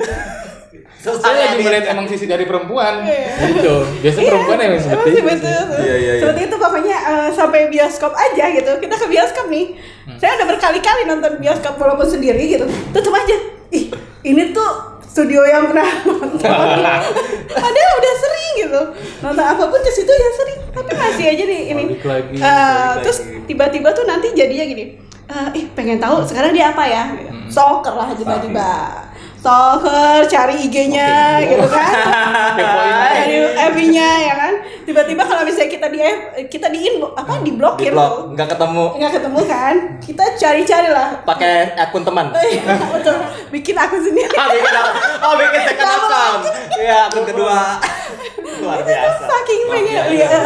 Saya lagi melihat emang sisi dari perempuan gitu. Biasanya perempuan emang seperti itu. Iya, iya, iya. Seperti itu pokoknya uh, sampai bioskop aja gitu. Kita ke bioskop nih. Hmm. Saya udah berkali-kali nonton bioskop walaupun sendiri gitu. Tetep aja. Ih, ini tuh studio yang pernah nonton. Padahal udah sering gitu. Nonton apapun ke situ ya sering. Tapi masih aja nih ini. Lagi, uh, terus tiba-tiba tuh nanti jadinya gini. Uh, ih, pengen tahu sekarang dia apa ya? Hmm. Stalker lah tiba-tiba. Stalker, cari I G-nya okay. gitu kan, cari F B-nya ya kan. Tiba-tiba kalau misalnya kita di kita di inbox apa diblokir, di nggak ketemu, nggak ketemu kan? Kita cari-cari lah. Pakai akun teman. Betul. Bikin akun sendiri. Oh bikin akun, oh bikin second account. Iya akun kedua. Luar biasa. Saking pengen lihat.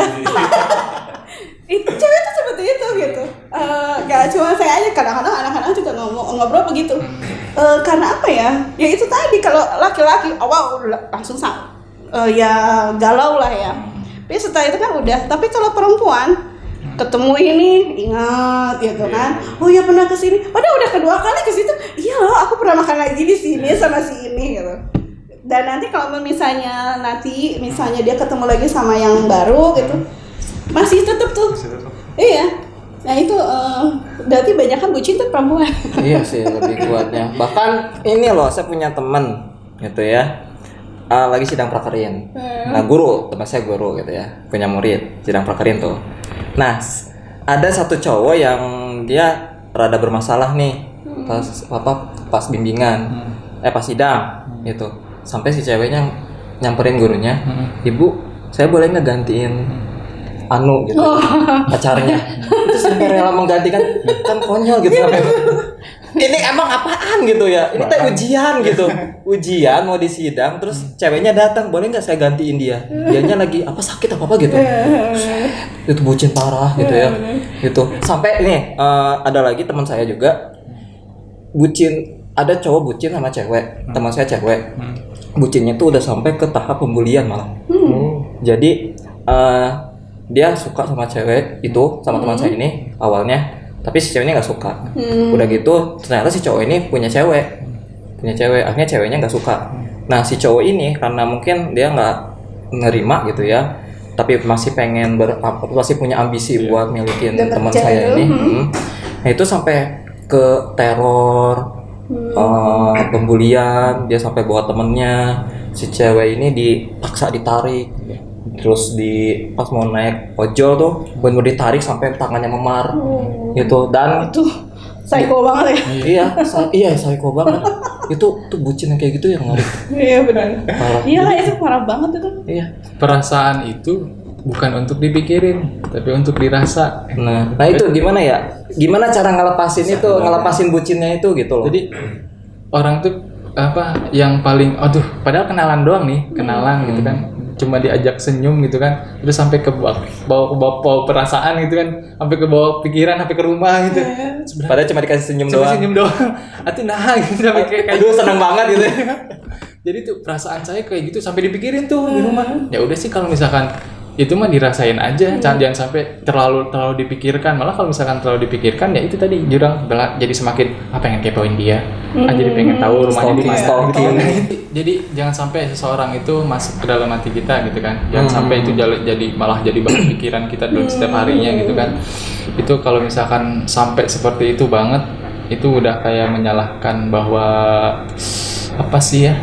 Itu cewek tuh seperti itu gitu. Uh, gak cuma saya aja, kadang-kadang anak-anak juga ngomong ngobrol begitu. Uh, karena apa ya? Ya itu tadi kalau laki-laki awal langsung sang, uh, ya galau lah ya. Tapi setelah itu kan udah. Tapi kalau perempuan ketemu ini ingat gitu kan. Oh ya pernah kesini. Padahal udah kedua kali ke situ. Iya loh, aku pernah makan lagi di sini sama si ini gitu. Dan nanti kalau misalnya nanti misalnya dia ketemu lagi sama yang baru gitu. Masih tetap tuh. Iya. Nah itu uh, berarti banyak kan bucin tuh perempuan. Iya sih lebih kuatnya. Bahkan ini loh saya punya teman gitu ya. Uh, lagi sidang prakerin. Hmm. Nah guru, teman saya guru gitu ya. Punya murid sidang prakerin tuh. Nah ada satu cowok yang dia rada bermasalah nih hmm. pas apa pas bimbingan, hmm. eh pas sidang hmm. gitu. Sampai si ceweknya nyamperin gurunya, hmm. Ibu saya boleh nggak gantiin anu gitu oh. pacarnya itu sampai rela menggantikan kan konyol gitu sampai ini emang apaan gitu ya ini teh ujian gitu ujian mau disidang terus ceweknya datang boleh nggak saya gantiin dia dianya lagi apa sakit apa apa gitu itu bucin parah gitu ya gitu sampai ini uh, ada lagi teman saya juga bucin ada cowok bucin sama cewek teman saya cewek bucinnya tuh udah sampai ke tahap pembulian malah hmm. jadi uh, dia suka sama cewek itu sama hmm. teman saya ini awalnya tapi si ceweknya nggak suka hmm. udah gitu ternyata si cowok ini punya cewek punya cewek akhirnya ceweknya nggak suka nah si cowok ini karena mungkin dia nggak nerima gitu ya tapi masih pengen ber, masih punya ambisi yeah. buat milikin teman saya ini hmm. nah itu sampai ke teror hmm. uh, pembulian dia sampai bawa temennya si cewek ini dipaksa ditarik terus di pas mau naik ojol tuh bener ditarik sampai tangannya memar oh. gitu dan itu psycho banget ya. Iya, sa- iya psycho banget. Itu tuh bucin yang kayak gitu yang ngeri. Iya benar. Iya lah itu parah banget itu. Iya. Perasaan itu bukan untuk dipikirin, tapi untuk dirasa. Nah, nah itu gimana ya? Gimana cara ngelepasin itu, ngelepasin bucinnya itu gitu loh. Jadi orang tuh apa yang paling, aduh, padahal kenalan doang nih, kenalan hmm. gitu kan. Cuma diajak senyum gitu kan, terus sampai ke bawah, bawa, bawa, bawa perasaan gitu kan, sampai ke bawah pikiran, sampai ke rumah gitu. Yeah. Padahal cuma dikasih senyum cuma doang. Senyum doang. Atuh nah gitu sampai kayak kayak aduh seneng banget gitu. Jadi tuh perasaan saya kayak gitu sampai dipikirin tuh di rumah. Ya udah sih kalau misalkan itu mah dirasain aja, jangan jangan sampai terlalu terlalu dipikirkan. Malah kalau misalkan terlalu dipikirkan ya itu tadi jurang jadi semakin ah pengen kepoin dia, ah jadi pengen tahu rumahnya di mana gitu. Nah, jadi jangan sampai seseorang itu masuk ke dalam hati kita gitu kan. Jangan hmm. sampai itu jadi malah jadi bahan pikiran kita dalam setiap harinya gitu kan. Itu kalau misalkan sampai seperti itu banget, itu udah kayak menyalahkan bahwa apa sih ya?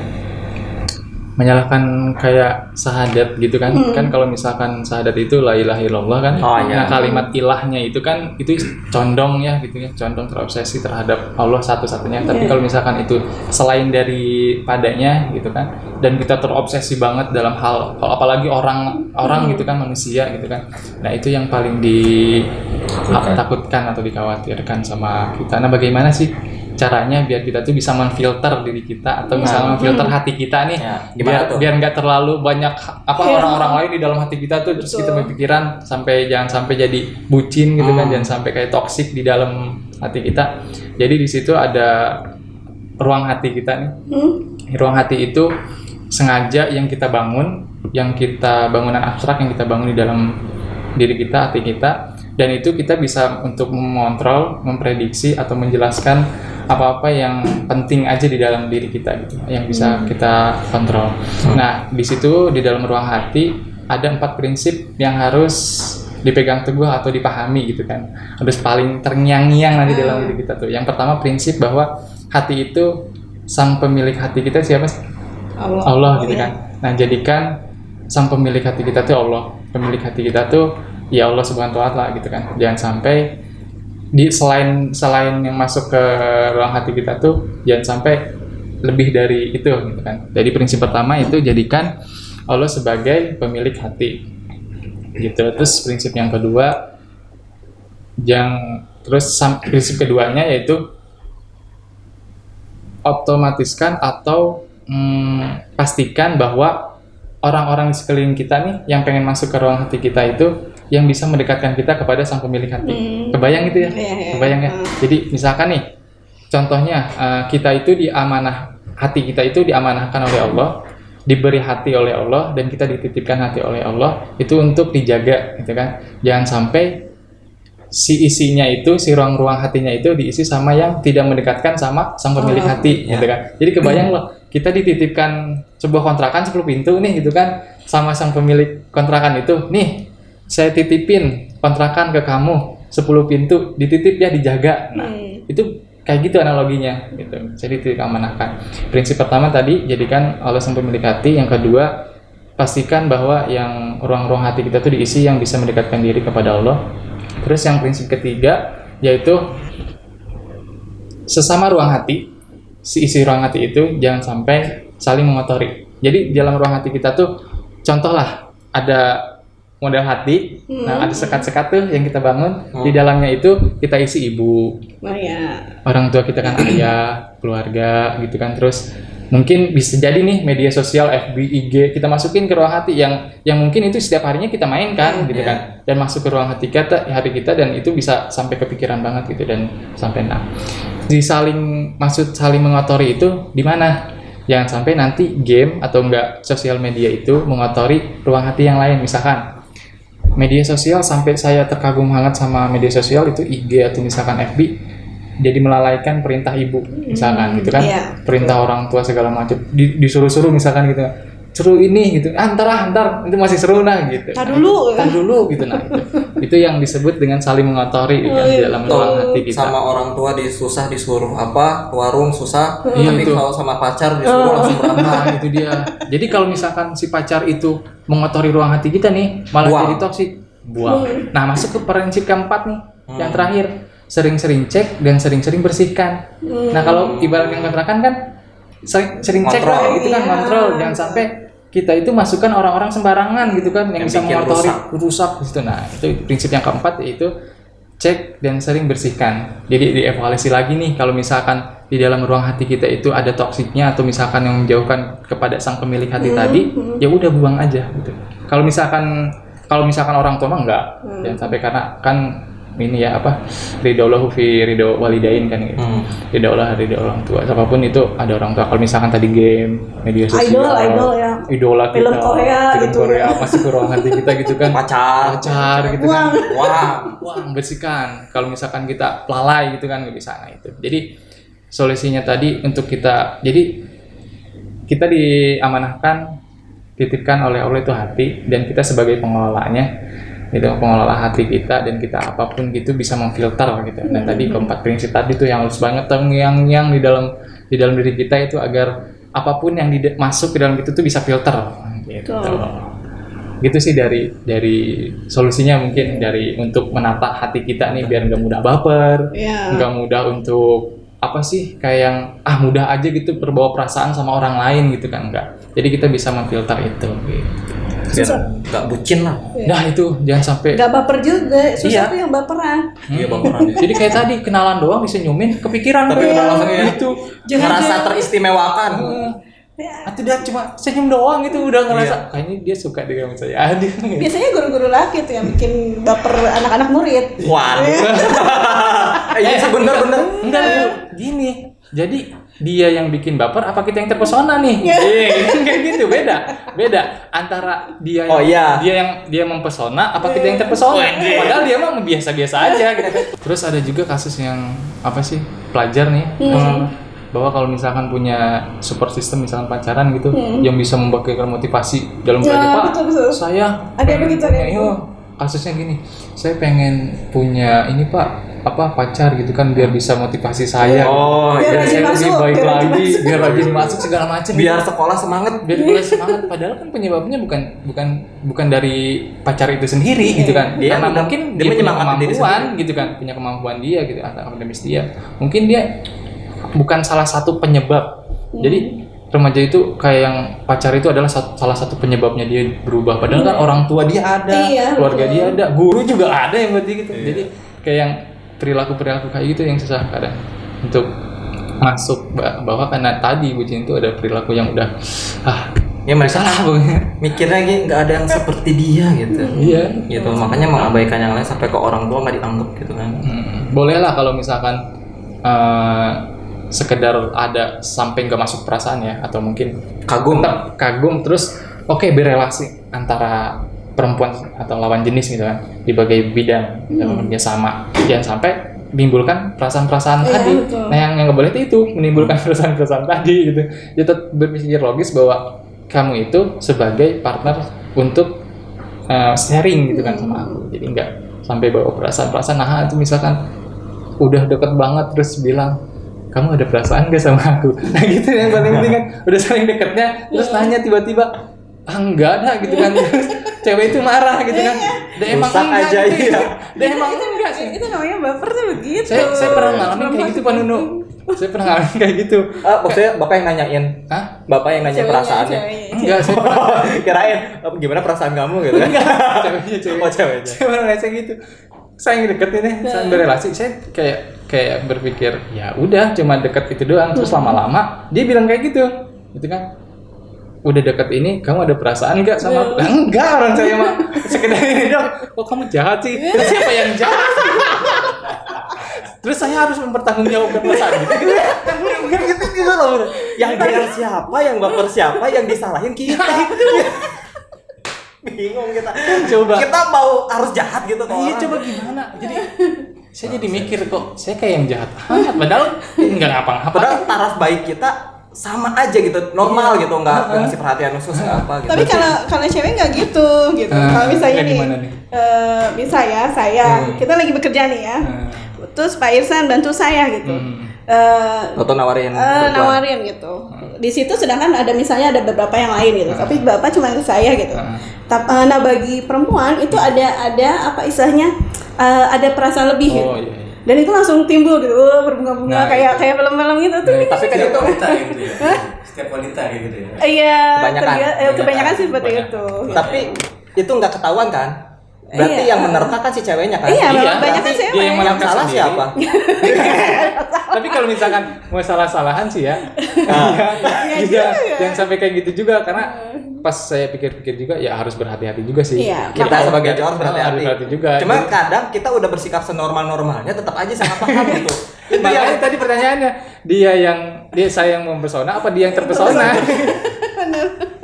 Menyalahkan kayak syahadat gitu kan. Hmm. Kan kalau misalkan syahadat itu la ilaha illallah kan. Oh, iya. Nah, kalimat ilahnya itu kan itu condong ya gitu ya, condong terobsesi terhadap Allah satu-satunya. Yeah. Tapi kalau misalkan itu selain dari padanya gitu kan, dan kita terobsesi banget dalam hal, kalau apalagi orang orang hmm. gitu kan, manusia gitu kan. Nah, itu yang paling ditakutkan atau dikhawatirkan sama kita. Nah, bagaimana sih caranya biar kita tuh bisa memfilter diri kita atau misalnya memfilter hmm. hati kita nih ya, biar tuh? biar nggak terlalu banyak apa ya. orang-orang lain di dalam hati kita tuh. Betul. Terus kita berpikiran sampai jangan sampai jadi bucin gitu hmm. kan, jangan sampai kayak toksik di dalam hati kita. Jadi di situ ada ruang hati kita nih. Hmm. Ruang hati itu sengaja yang kita bangun, yang kita bangunan abstrak yang kita bangun di dalam diri kita, hati kita, dan itu kita bisa untuk mengontrol, memprediksi atau menjelaskan apa-apa yang penting aja di dalam diri kita gitu, yang bisa kita kontrol. Hmm. Nah, di situ di dalam ruang hati ada empat prinsip yang harus dipegang teguh atau dipahami gitu kan. Harus paling terngiang-ngiang nanti hmm. dalam diri kita tuh. Yang pertama prinsip bahwa hati itu sang pemilik hati kita siapa sih? Allah, Allah gitu ya. Kan. Nah, jadikan sang pemilik hati kita tuh Allah. Pemilik hati kita tuh ya Allah Subhanahu wa taala gitu kan. Jangan sampai di selain selain yang masuk ke ruang hati kita tuh jangan sampai lebih dari itu gitu kan. Jadi prinsip pertama itu jadikan Allah sebagai pemilik hati gitu. Terus prinsip yang kedua yang terus prinsip keduanya yaitu otomatiskan atau hmm, pastikan bahwa orang-orang di sekeliling kita nih yang pengen masuk ke ruang hati kita itu yang bisa mendekatkan kita kepada sang pemilik hati. Hmm. Kebayang gitu ya? Yeah, yeah. Kebayang ya? Hmm. Jadi misalkan nih, contohnya uh, kita itu diamanah, hati kita itu diamanahkan oleh Allah, diberi hati oleh Allah, dan kita dititipkan hati oleh Allah, itu untuk dijaga gitu kan. Jangan sampai si isinya itu, si ruang-ruang hatinya itu diisi sama yang tidak mendekatkan sama sang pemilik oh, hati yeah. gitu kan. Jadi kebayang loh, kita dititipkan sebuah kontrakan sepuluh pintu nih gitu kan, sama sang pemilik kontrakan itu, nih saya titipin kontrakan ke kamu sepuluh pintu, dititip ya dijaga. Nah, hmm. itu kayak gitu analoginya gitu. Jadi diamanahkan. Prinsip pertama tadi jadikan Allah sang pemilik hati, yang kedua pastikan bahwa yang ruang-ruang hati kita tuh diisi yang bisa mendekatkan diri kepada Allah. Terus yang prinsip ketiga yaitu sesama ruang hati, si isi ruang hati itu jangan sampai saling mengotori. Jadi dalam ruang hati kita tuh contohlah ada model hati, hmm. nah ada sekat-sekat tuh yang kita bangun, hmm. di dalamnya itu kita isi ibu, oh, ya. orang tua kita kan ayah, keluarga gitu kan, terus mungkin bisa jadi nih media sosial F B, I G kita masukin ke ruang hati yang yang mungkin itu setiap harinya kita mainkan hmm, gitu ya. kan, dan masuk ke ruang hati kita, hati kita dan itu bisa sampai kepikiran banget gitu dan sampai nah, di saling maksud saling mengotori itu di mana? Jangan sampai nanti game atau enggak sosial media itu mengotori ruang hati yang lain, misalkan media sosial sampai saya terkagum banget sama media sosial itu I G atau misalkan F B jadi melalaikan perintah ibu misalkan gitu kan, yeah. perintah orang tua segala macam di, disuruh-suruh misalkan gitu seru ini gitu, antar ah, antar itu masih seru nah gitu. Tar dulu, tar dulu gitu nah itu. Itu yang disebut dengan saling mengotori kan, di dalam ruang hati kita. Sama orang tua disusah disuruh apa, warung susah, iya, tapi itu. kalau sama pacar disuruh langsung berangkat. Nah, itu dia. Jadi kalau misalkan si pacar itu mengotori ruang hati kita nih, malah Buang. jadi toksik, buang. Nah, masuk ke prinsip keempat nih, Hmm. yang terakhir, sering-sering cek dan sering-sering bersihkan. Nah, kalau ibarat yang kontrakan kan sering, sering cek Kontrol. lah, itu kan Iya. kontrol, jangan sampai kita itu masukkan orang-orang sembarangan gitu kan yang, Yang bisa bikin mengotori rusak. rusak gitu. Nah, itu prinsip yang keempat, yaitu cek dan sering bersihkan. Jadi dievaluasi lagi nih kalau misalkan di dalam ruang hati kita itu ada toksiknya atau misalkan yang menjauhkan kepada sang pemilik hati tadi, ya udah buang aja gitu. Kalau misalkan kalau misalkan orang tua mah enggak, jangan sampai, karena kan ini ya apa, ridho fi ridho walidain kan gitu. Hmm. Ridho Allah ridho orang tua. Apapun itu ada orang tua. Kalau misalkan tadi game, media sosial, Idol, idol ya. idola kita, Film Korea film gitu Korea, ya. masuk ke ruang hati kita gitu kan. Pacar. Pacar gitu Buang. kan. Wah. Wah, bersihkan. Kalau misalkan kita lalai gitu kan nggak bisa. Nah itu. Jadi solusinya tadi untuk kita, jadi kita diamanahkan, titipkan oleh Allah itu hati, dan kita sebagai pengelolanya, gitu, pengelola hati kita, dan kita apapun gitu bisa memfilter gitu. Dan tadi keempat prinsip tadi tuh yang harus banget yang yang di dalam di dalam diri kita itu, agar apapun yang di, masuk ke dalam itu tuh bisa filter gitu. Gitu sih dari dari solusinya, mungkin dari untuk menata hati kita nih biar nggak mudah baper, Iya. nggak mudah untuk apa sih kayak yang ah mudah aja gitu berbawa perasaan sama orang lain gitu kan, enggak. Jadi kita bisa memfilter itu gitu. Biar nggak bucin lah. Nah itu jangan sampai Gak baper juga, susah Iya. tuh yang baperan. Iya baperan. jadi kayak tadi kenalan doang disenyumin, kepikiran Tapi tuh. udah langsung ya. Itu Ngerasa teristimewakan. atau dia cuma senyum doang itu udah ngerasa Iya. kayaknya dia suka dengan saya. Aduh. Biasanya guru-guru laki tuh yang bikin baper anak-anak murid. Waduh. Eh, iya bener-bener. Enggak, Bu. Gini. Jadi dia yang bikin baper apa kita yang terpesona nih? Iya, kayak gitu, beda. Beda antara dia yang Oh, iya. dia yang dia mempesona apa kita yang terpesona. Padahal dia mah biasa-biasa aja gitu. Terus ada juga kasus yang apa sih? Pelajar nih. eh, bahwa kalau misalkan punya support system misalkan pacaran gitu yang bisa memberikan motivasi dalam Ya, belajar, Pak, betul, betul. saya Ada yang begitu, ada yang Iya, kasusnya gini, saya pengen punya ini Pak, apa pacar gitu kan biar bisa motivasi saya. Oh, Biar biar rajin saya lebih masuk, baik biar rajin lagi, masuk. biar rajin masuk segala macam. biar sekolah semangat. biar boleh semangat. Padahal kan penyebabnya bukan bukan bukan dari pacar itu sendiri gitu kan. Dia Karena udah- mungkin dia dia, punya menyemangati diri kemampuan gitu kan, punya kemampuan dia gitu atau akademis dia. Mungkin dia bukan salah satu penyebab. Jadi remaja itu kayak yang pacar itu adalah satu, salah satu penyebabnya dia berubah. Padahal kan orang tua dia ada, Iya, keluarga betul. dia ada, guru juga ada yang berarti gitu. Jadi kayak yang perilaku-perilaku kayak gitu yang susah kadang untuk masuk ba- bahwa karena tadi bucin itu ada perilaku yang udah ah Ya mereka salah pokoknya. mikirnya gitu nggak ada yang seperti dia gitu. Iya. Gitu makanya mengabaikan yang lain sampai ke orang tua nggak dianggap gitu kan. Hmm, boleh lah kalau misalkan eh, sekedar ada sampai nggak masuk perasaan ya, atau mungkin Kagum. tetap kagum terus oke berelasi antara perempuan atau lawan jenis gitu kan di berbagai bidang dalam kerja sama, jangan sampai menimbulkan perasaan-perasaan Iya, tadi. betul. Nah yang yang nggak boleh itu menimbulkan perasaan-perasaan tadi gitu. Ya tetap berpikir logis bahwa kamu itu sebagai partner untuk eh, sharing gitu kan sama aku, jadi nggak sampai bawa perasaan-perasaan. Nah itu misalkan udah deket banget terus bilang kamu ada perasaan gak sama aku? Nah gitu yang paling penting kan, udah saling deketnya terus nanya tiba-tiba ah enggak ada gitu kan, terus cewek itu marah gitu kan, dia emang Rusak enggak aja, gitu. iya. Dia emang enggak sih. Itu namanya baper tuh begitu. Saya saya pernah ngalamin kayak gitu Pak Nunu, saya pernah ngalamin kayak gitu. Ah, maksudnya bapak yang nanyain. Hah? Bapak yang nanya Ceweknya, perasaannya. ceweknya. Enggak, saya pernah Kirain apa, gimana perasaan kamu gitu kan? ceweknya ceweknya. Oh ceweknya. Saya pernah ngerasa gitu. Saya ngedeketin ya, saya berelasi, saya kayak kayak berpikir ya udah cuma deket itu doang, terus lama-lama dia bilang kayak gitu, gitu kan. Udah deket ini, kamu ada perasaan nggak sama aku? Lah, enggak, orang saya mah sekedar ini dong. Kok kamu jahat sih? Terus siapa yang jahat? Terus saya harus mempertanggungjawabkan perasaan gitu. Kan bener gitu gitu loh. Yang bilang siapa, yang baper siapa, yang disalahin kita. Bingung kita. Coba. Kita mau harus jahat gitu ke Iya orang. coba gimana? Jadi saya jadi mikir kok saya kayak yang jahat amat, padahal nggak ngapa-ngapain. Padahal taraf baik kita sama aja gitu, normal gitu, nggak nggak ngasih perhatian khusus nggak apa gitu. Tapi kalau kalau cewek nggak gitu gitu. Uh, kalau misalnya nih, nih? Uh, bisa ya saya hmm. kita lagi bekerja nih ya. Hmm. Terus Pak Irsan bantu saya gitu. Hmm. Uh, Atau nawarin uh, nawarin gitu. Hmm. Di situ sedangkan ada misalnya ada beberapa yang lain gitu. Hmm. Tapi Bapak cuma ke saya gitu. Hmm. Nah bagi perempuan itu ada ada apa istilahnya uh, ada perasaan lebih. Oh, gitu. Iya, iya. Dan itu langsung timbul gitu, oh, berbunga-bunga nah, kayak itu. kayak film-film gitu tuh. Nah, tapi kan itu wanita gitu ya. Setiap wanita gitu ya. Iya, kebanyakan, kebanyakan, kebanyakan sih seperti banyak. itu. Tapi itu nggak ketahuan kan? Berarti iya. yang menerka kan si ceweknya kan? Iya, iya banyak kan cewek. Dia yang yang salah sendiri. Siapa? Tapi kalau misalkan mau salah-salahan sih ya, nah, ya, juga yang sampai kayak gitu juga karena pas saya pikir-pikir juga ya harus berhati-hati juga sih. Iya, kita maka, sebagai cowok berhati-hati. berhati juga. Cuma jadi, kadang kita udah bersikap senormal-normalnya tetap aja salah paham gitu. Itu yang tadi pertanyaannya, dia yang dia saya yang mempesona apa dia yang terpesona? Benar.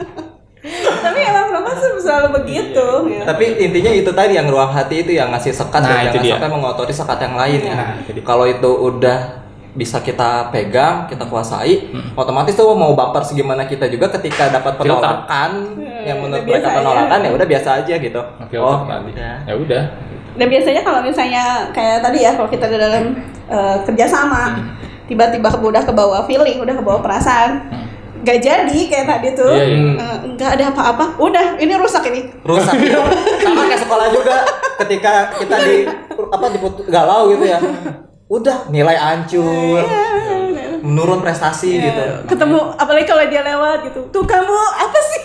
Tapi emang perempuan selalu begitu. Iya. Ya. Tapi intinya itu tadi yang ruang hati itu yang ngasih sekat nah, dan jangan dia. sampai mengotori sekat yang lain ya. Nah, kalau itu udah bisa kita pegang, kita kuasai, hmm. otomatis tuh mau baper segimana kita juga ketika dapat penolakan hmm, yang menurut mereka penolakan ya udah biasa aja gitu. Okay, oh, ya. ya udah. Dan biasanya kalau misalnya kayak tadi ya kalau kita di dalam uh, kerjasama, hmm. tiba-tiba udah ke bawah feeling, udah ke bawah perasaan. Hmm. Gak jadi kayak tadi tuh, yeah, yeah. Uh, nggak ada apa-apa, udah ini rusak ini. Rusak. Sama kayak sekolah juga, ketika kita di apa diput galau gitu ya, udah nilai hancur, yeah. menurun prestasi yeah. gitu. Ketemu apalagi kalau dia lewat gitu, tuh kamu apa sih?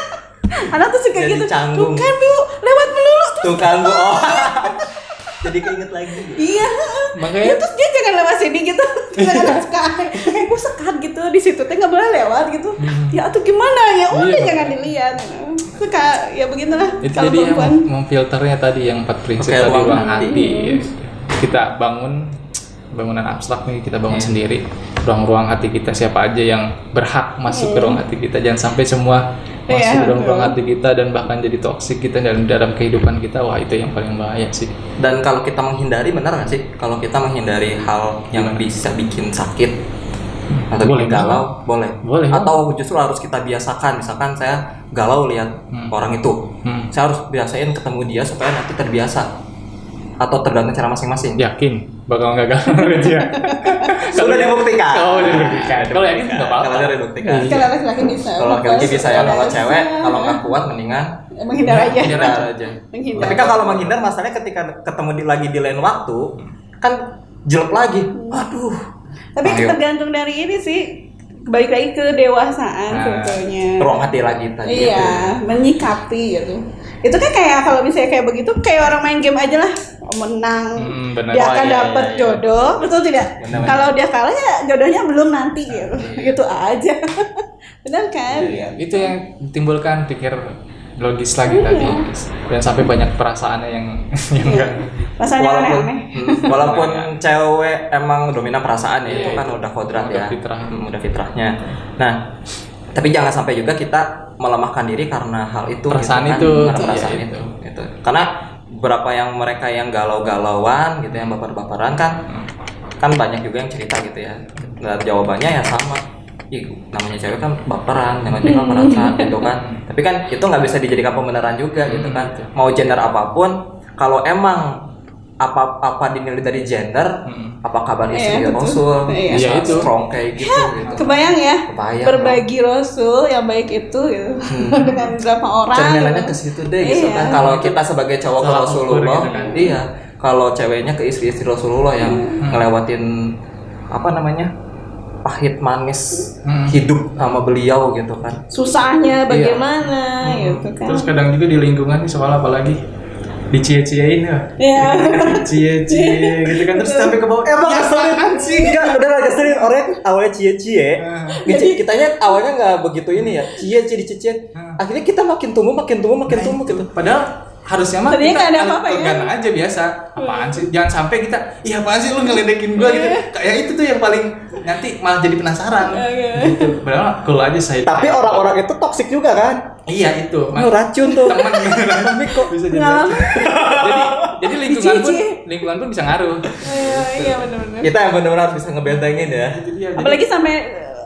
Anak tuh suka gitu, canggung. Tuh kan bu lewat melulu. Tuh kan bu, oh. Jadi keinget lagi. Iya. Makanya ya, terus dia jangan lewat sini gitu. Jangan sekat. Gue sekat gitu di situ teh nggak boleh lewat gitu. Hmm. Ya atau gimana ya? Udah iya, jangan dilihat. Suka ya begitulah. Itu jadi yang memfilternya tadi yang empat prinsip okay, tadi ruang hati. Ya. Kita bangun bangunan abstrak nih kita bangun hmm. sendiri. Ruang-ruang hati kita siapa aja yang berhak masuk hmm. ke ruang hati kita, jangan sampai semua masuk yeah, ke dalam ruang hati kita dan bahkan jadi toksik kita dalam dalam kehidupan kita. Wah itu yang paling bahaya sih. Dan kalau kita menghindari, benar nggak sih kalau kita menghindari hal yang hmm. bisa bikin sakit hmm. atau boleh, bikin galau boleh. boleh atau justru harus kita biasakan. Misalkan saya galau lihat hmm. orang itu hmm. saya harus biasain ketemu dia supaya nanti terbiasa. Atau tergantung cara masing-masing. Yakin bakal nggak galau dia. Sudah dibuktikan. Oh, dibuktikan. Kalau yakin nggak apa-apa. Kalau udah dibuktikan. Kalau laki-laki bisa. Kalau laki-laki bisa ya. Kalau cewek, kalau nggak kuat mendingan menghindar aja. Menghindar aja. Menghindar. Tapi kan kalau menghindar masalahnya ketika ketemu di lagi di lain waktu kan jelek lagi. Aduh. Tapi Ayo. tergantung dari ini sih. Balik lagi ke dewasaan nah, sebetulnya. Ruang hati lagi tadi. Iya, itu. menyikapi gitu. Itu kan kayak kalau misalnya kayak begitu kayak orang main game aja lah, menang hmm, dia akan oh, iya, dapat iya, iya. jodoh, betul tidak? Kalau dia kalah ya jodohnya belum nanti gitu, gitu aja. Benar kan? Iya, itu yang ditimbulkan pikir logis lagi iya. tadi dan sampai banyak perasaannya yang yang enggak perasaannya walaupun aneh. walaupun cewek emang dominan perasaan ya yeah, itu kan udah kodrat udah ya fitrah. Hmm, udah fitrahnya. Nah tapi jangan sampai juga kita melemahkan diri karena hal itu perasaan gitu, itu kan? Karena perasaan iya, itu. itu gitu karena beberapa yang mereka yang galau-galauan gitu yang baper-baperan kan hmm. kan banyak juga yang cerita gitu ya. Nah, jawabannya ya sama. Ih, namanya cewek kan baperan, namanya cewek kan perasaan gitu kan. Tapi kan itu nggak bisa dijadikan pembenaran juga gitu kan. Mau gender apapun, kalau emang apa-apa dinilai dari gender, hmm. apa kabar istri yeah, Rasul, yeah. bisa yeah, strong kayak gitu. Ya, gitu. Kebayang ya, Kebayang, berbagi loh. Rasul yang baik itu gitu. hmm. dengan berapa orang. Cerminannya ke situ deh gitu yeah. kan. Kalau kita sebagai cowok ke Rasulullah, gitu kan. Iya. Kalau ceweknya ke istri-istri Rasulullah yang hmm. ngelewatin apa namanya? pahit manis hmm. hidup sama beliau gitu kan. Susahnya bagaimana iya. gitu kan. Terus kadang juga di lingkungan nih soal apalagi dicie-ciein ya. Iya. Cie-cie gitu kan terus sampai ke bawah. Emang keselin sih. Enggak, udah lah keselin orang awalnya cie-cie. Gitu kitanya awalnya enggak begitu ini ya. Cie-cie dicie-cie. Akhirnya kita makin tumbuh, makin tumbuh, makin tumbuh gitu. Padahal harusnya mah tadinya kita apa-apa ya? aja biasa. Apaan sih? Jangan sampai kita, iya apaan sih lu ngeledekin gua gitu. Kayak itu tuh yang paling nanti malah jadi penasaran. Gitu. Padahal cool aja saya. Tapi orang-orang itu toksik juga kan? Iya itu. Itu racun tuh. Teman tapi kok bisa jadi racun. jadi jadi lingkungan pun lingkungan pun bisa ngaruh. Iya iya benar-benar. Kita yang benar-benar harus bisa ngebentengin ya. Apalagi sampai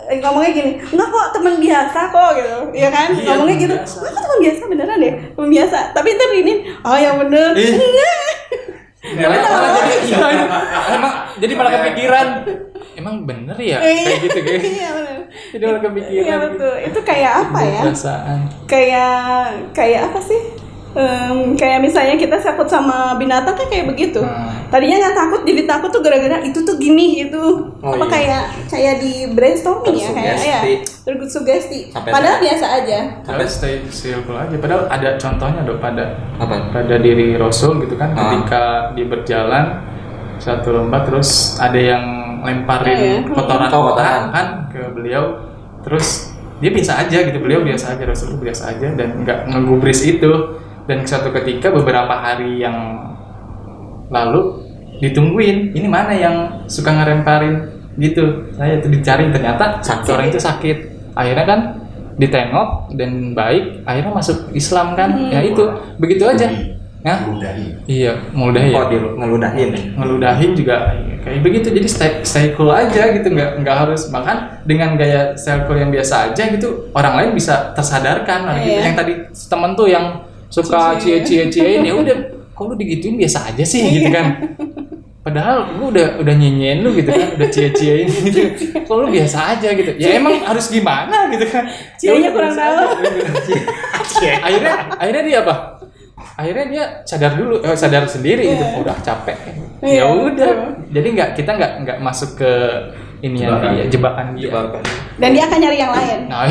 ngomongnya gini, enggak kok teman biasa kok gitu, ya kan? Iya, ngomongnya gitu, biasa. enggak kok teman biasa beneran deh, teman biasa. Tapi ntar ini, oh yang bener, enggak. Malah, malah jadi iya, emang jadi malah kepikiran emang bener ya kayak gitu guys. Iya bener. Jadi malah kepikiran. Iya betul. Itu kayak apa ya? Perasaan. Kayak kayak apa sih? Um, kayak misalnya kita takut sama binatang kan kayak begitu. Hmm. Tadinya nggak takut jadi takut tuh gara-gara itu tuh gini gitu. Oh, apa iya. kayak kayak di brainstorming ya kayak ya. Tersugesti. Padahal sampai- biasa aja. Sampai stay circle aja. Padahal ada contohnya dong pada Apa? pada diri Rasul gitu kan, Ah. ketika dia berjalan satu lomba terus ada yang lemparin Oh, iya. kotoran-kotoran kan ke beliau, terus dia biasa aja gitu, beliau biasa aja, Rasul biasa aja dan nggak ngegubris itu. Dan suatu ketika beberapa hari yang lalu ditungguin, ini mana yang suka ngeremparin gitu, saya itu dicari ternyata Sakit. orang itu sakit. Akhirnya kan ditengok dan baik, akhirnya masuk Islam kan. Ya itu begitu aja ya. Iya, mudahin. Oh, di ngeludahin. Ngeludahin juga kayak begitu. Jadi stay, stay cool aja gitu, nggak nggak harus, bahkan dengan gaya stay cool yang biasa aja gitu orang lain bisa tersadarkan. Nah, gitu. Iya. Yang tadi temen tuh yang suka cie-cie-ciein, ya udah kok lu digituin biasa aja sih gitu kan. Padahal gue udah udah nyenyen lu gitu kan, udah cie-ciein gitu. Kok lu biasa aja gitu. Ya emang harus gimana gitu kan. Cienya Ya udah, kurang biasa aja. dalam. akhirnya akhirnya dia apa? Akhirnya dia sadar dulu, eh, sadar sendiri gitu. Iya. Udah capek. Iya, Ya udah. betul. Jadi nggak kita nggak nggak masuk ke ini yang Jebakan. dia, jebakan dia. Jebakan. Dan dia akan nyari yang lain. Nah,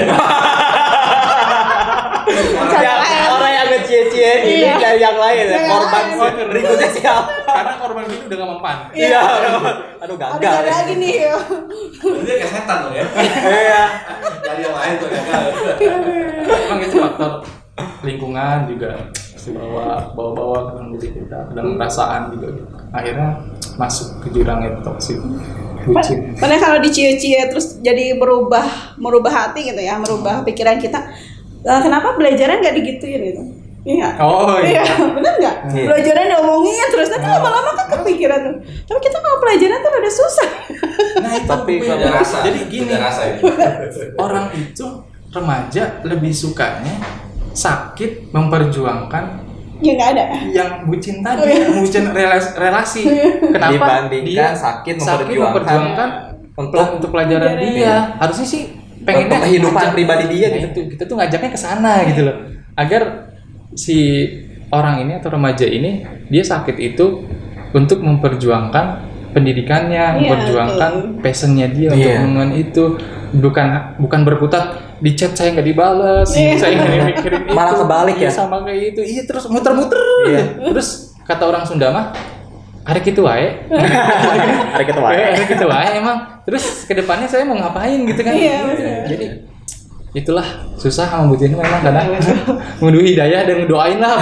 Cari yang lain. Orang yang nge-cie-cie ini Iya. dari yang lain ya, Yang korban lain. berikutnya siapa? karena korban itu udah nggak mempan. Iya. Aduh Ada gagal. yang lagi nih. Dia kayak setan dong ya. Iya. Dari yang lain tuh gagal. Emang itu faktor lingkungan juga pasti bawa bawa bawa ke dalam diri kita dan perasaan juga gitu. Akhirnya masuk ke jurang itu toksik, bucin. Padahal kalau dicie-cie terus jadi berubah merubah hati gitu ya, merubah pikiran kita. Eh, kenapa belajarnya nggak digituin gitu? Iya. Oh Iya, iya. benar nggak? Iya. Belajarnya diomongin terus nanti lama-lama kan kepikiran tuh. Tapi kita kalau pelajaran tuh udah susah. Nah itu Tapi beda. Beda rasa. Jadi gini, Beda rasa itu. orang itu remaja lebih sukanya sakit memperjuangkan Ya nggak ada. yang bucin tadi, Oh, iya. bucin relasi, relasi. Kenapa? Dibandingkan sakit memperjuangkan untuk untuk pelajaran Pelajaran. dia. Harusnya sih pengennya Untuk kehidupan ngajak- pribadi dia Nah, gitu. itu kita tuh ngajaknya ke sana gitu loh. Agar si orang ini atau remaja ini dia sakit itu untuk memperjuangkan pendidikannya, Iya, memperjuangkan betul. passionnya dia untuk Iya. menemukan itu, bukan bukan berkutat di chat saya nggak dibales, Iya. saya nggak mikirin itu, Malah kebalik ya? Iya, sama kayak itu, iya terus muter-muter, Iya. terus kata orang Sunda mah hari gitu wae, Hari ketua. hari gitu wae emang, terus kedepannya saya mau ngapain gitu kan, Iya, betul. jadi itulah susah sama bucin memang kadang menuju hidayah dan ngedoain lah.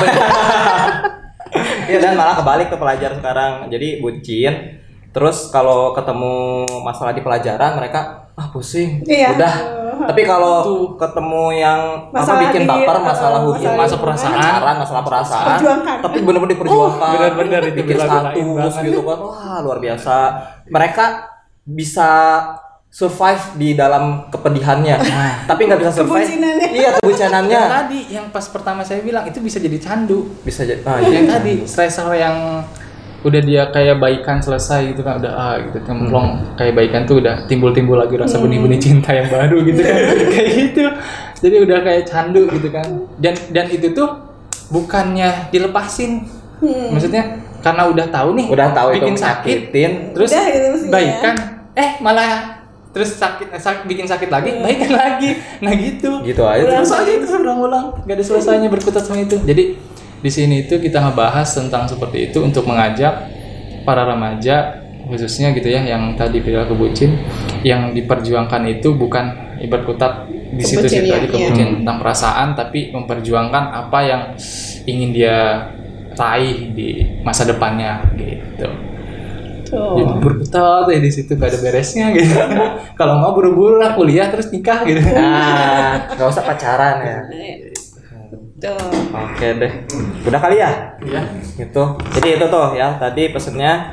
Iya, dan malah kebalik ke pelajar sekarang. Jadi bucin. Terus kalau ketemu masalah di pelajaran mereka ah pusing. Iya. Udah. Tapi kalau Tuh. ketemu yang Masalah apa bikin di- baper, uh, masalah hubungan, masalah masalah perasaan. pacaran, masalah perasaan, Perjuangkan. tapi benar-benar diperjuangkan. Oh, benar-benar itu bikin bela-belain status banget. gitu kan. Wah, luar biasa. Mereka bisa survive di dalam kepedihannya, tapi nggak bisa survive. Kebucinannya. Iya, kebucinannya. Yang tadi yang pas pertama saya bilang itu bisa jadi candu. Bisa jadi. Ah, Yang iya. tadi stressor yang udah dia kayak baikan selesai gitu kan, udah ah gitu kemplong kayak baikan tuh udah timbul-timbul lagi rasa benih-benih cinta yang baru gitu kan. Kayak gitu. Jadi udah kayak candu gitu kan. Dan dan itu tuh bukannya dilepasin. Maksudnya karena udah tahu nih Udah tahu itu bikin sakit, menyakitin. terus Udah gitu mestinya. baikan eh malah terus sakit, eh, sak- bikin sakit lagi, baikan lagi. Nah gitu. Gitu aja. Terus aja itu ulang-ulang, nggak ada selesainya berkutat sama itu. Jadi di sini itu kita ngebahas tentang seperti itu untuk mengajak para remaja khususnya gitu ya yang tadi perilaku bucin yang diperjuangkan itu bukan berkutat di situ-situ Kebucin, aja ya, kebucin iya. tentang perasaan, tapi memperjuangkan apa yang ingin dia raih di masa depannya gitu. Tuh. Jadi berkutat ya di situ gak ada beresnya gitu. Kalau mau buru-buru lah kuliah terus nikah gitu. Nah, nggak usah pacaran ya. Tuh. Oke deh. Udah kali ya? Iya. Gitu. Jadi itu tuh ya tadi pesennya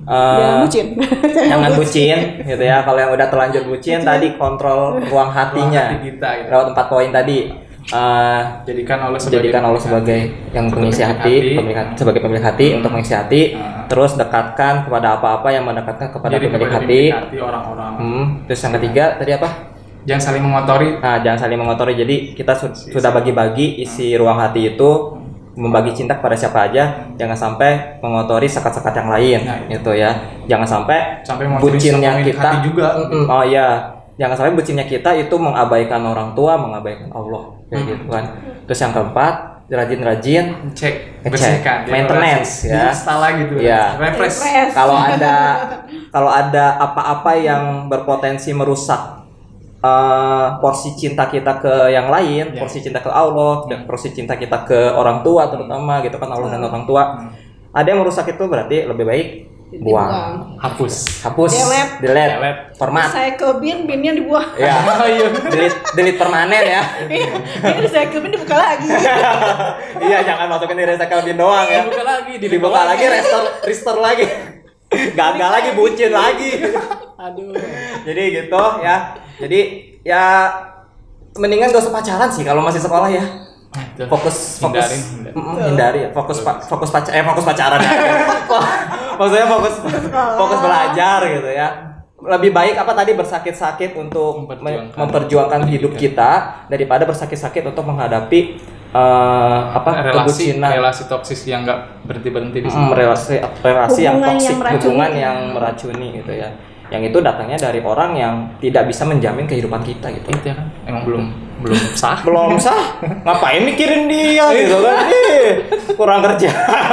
Uh, Jangan bucin. Jangan bucin gitu ya. Kalau yang udah terlanjur bucin, bucin. Tadi kontrol ruang hatinya. Ruang hati kita gitu. Lewat empat poin tadi. Uh, jadikan Allah sebagai jadikan Allah sebagai yang mengisi hati, hati. Pemilik, sebagai pemilik hati hmm. untuk mengisi hati. Uh. Terus dekatkan kepada apa-apa yang mendekatkan kepada Jadi pemilik kepada hati. hati orang-orang. Hmm. Terus yang ketiga tadi apa? Jangan saling mengotori. Nah, jangan saling mengotori. Jadi kita su- isi, sudah bagi-bagi isi hmm. ruang hati itu, membagi cinta kepada siapa aja, jangan sampai mengotori sekat-sekat yang lain, nah, gitu ya. Jangan sampai, sampai bucinnya kita juga. Mm, oh iya, jangan sampai bucinnya kita itu mengabaikan orang tua, mengabaikan Allah, kayak hmm. gitu kan. Terus yang keempat, rajin-rajin cek, bersihkan, maintenance ya. Salah gitu. Ya. Refresh. Kalau ada kalau ada apa-apa yang berpotensi merusak Uh, porsi cinta kita ke yang lain, yeah. porsi cinta ke Allah, dan porsi cinta kita ke orang tua terutama gitu kan, Allah dan orang tua. Hmm. Ada yang merusak itu berarti lebih baik buang, hapus, hapus, delete, delete, delete. Format. Saya ke bin, binnya dibuang. Ya, delete, delete permanen ya. Ini saya ke bin dibuka lagi. Iya, jangan masukin di recycle bin doang ya. Dibuka lagi, dibuka lagi, restore, restore lagi. Gagal lagi, bucin lagi. Aduh. Jadi gitu ya. Jadi ya mendingan gak usah pacaran sih kalau masih sekolah ya. Fokus fokus hindarin, hindarin. hindari ya. Fokus pa, fokus pacar eh fokus pacaran ya. Maksudnya fokus fokus belajar gitu ya. Lebih baik apa tadi bersakit-sakit untuk memperjuangkan, memperjuangkan hidup kita daripada bersakit-sakit untuk menghadapi uh, apa relasi, kebucinan, relasi toksis yang enggak berhenti-berhenti di sini. Hmm, relasi relasi yang toksik, yang hubungan yang meracuni gitu ya. Yang itu datangnya dari orang yang tidak bisa menjamin kehidupan kita gitu. Itu ya kan. Emang belum belum sah. Belum sah. Ngapain mikirin dia gitu kan? Ih, kurang kerja.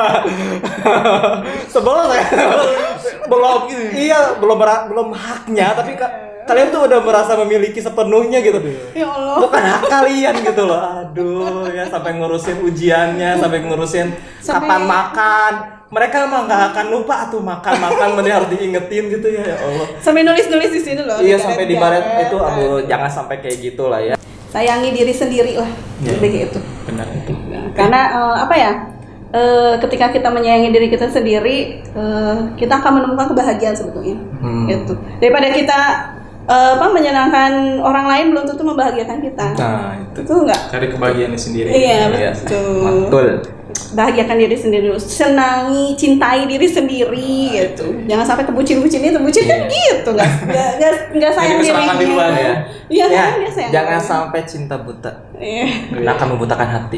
Sebel saya. Belum iya, belum belum haknya tapi kalian tuh udah merasa memiliki sepenuhnya gitu. Ya Allah. Bukan hak kalian gitu loh. Aduh, ya sampai ngurusin ujiannya, sampai ngurusin sampai kapan makan. Mereka mah nggak akan lupa tuh makan-makan, mending harus diingetin gitu ya, ya Allah. Sampai nulis-nulis di sini loh. Iya, sampai di baret itu, aduh, jangan sampai kayak gitulah ya. Sayangi diri sendiri lah, ya, lebih itu. Benar itu. Karena uh, apa ya? Uh, ketika kita menyayangi diri kita sendiri, uh, kita akan menemukan kebahagiaan sebetulnya. Hmm. Gitu. Daripada kita uh, apa menyenangkan orang lain belum tentu membahagiakan kita. Nah, itu. Itu enggak. Cari kebahagiaan sendiri. Iya, betul. betul. Bahagiakan diri sendiri dulu, senangi, cintai diri sendiri gitu. Jangan sampai kebucin-bucin itu, bucin kan gitu, nggak nggak nggak sayang dirinya. Di luar ya. Iya ya, kan dia sayang. Jangan sampai cinta buta. Iya. Akan membutakan hati.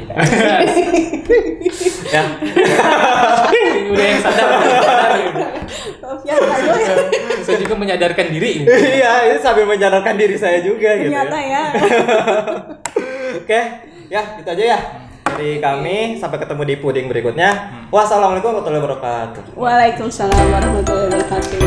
Ya. Udah yang sadar. Ya, saya juga menyadarkan diri. Iya, ini sambil menyadarkan diri saya juga gitu. Ternyata ya. Oke, ya gitu aja ya. Dari kami, sampai ketemu di puding berikutnya. Wassalamualaikum warahmatullahi wabarakatuh. Waalaikumsalam warahmatullahi wabarakatuh.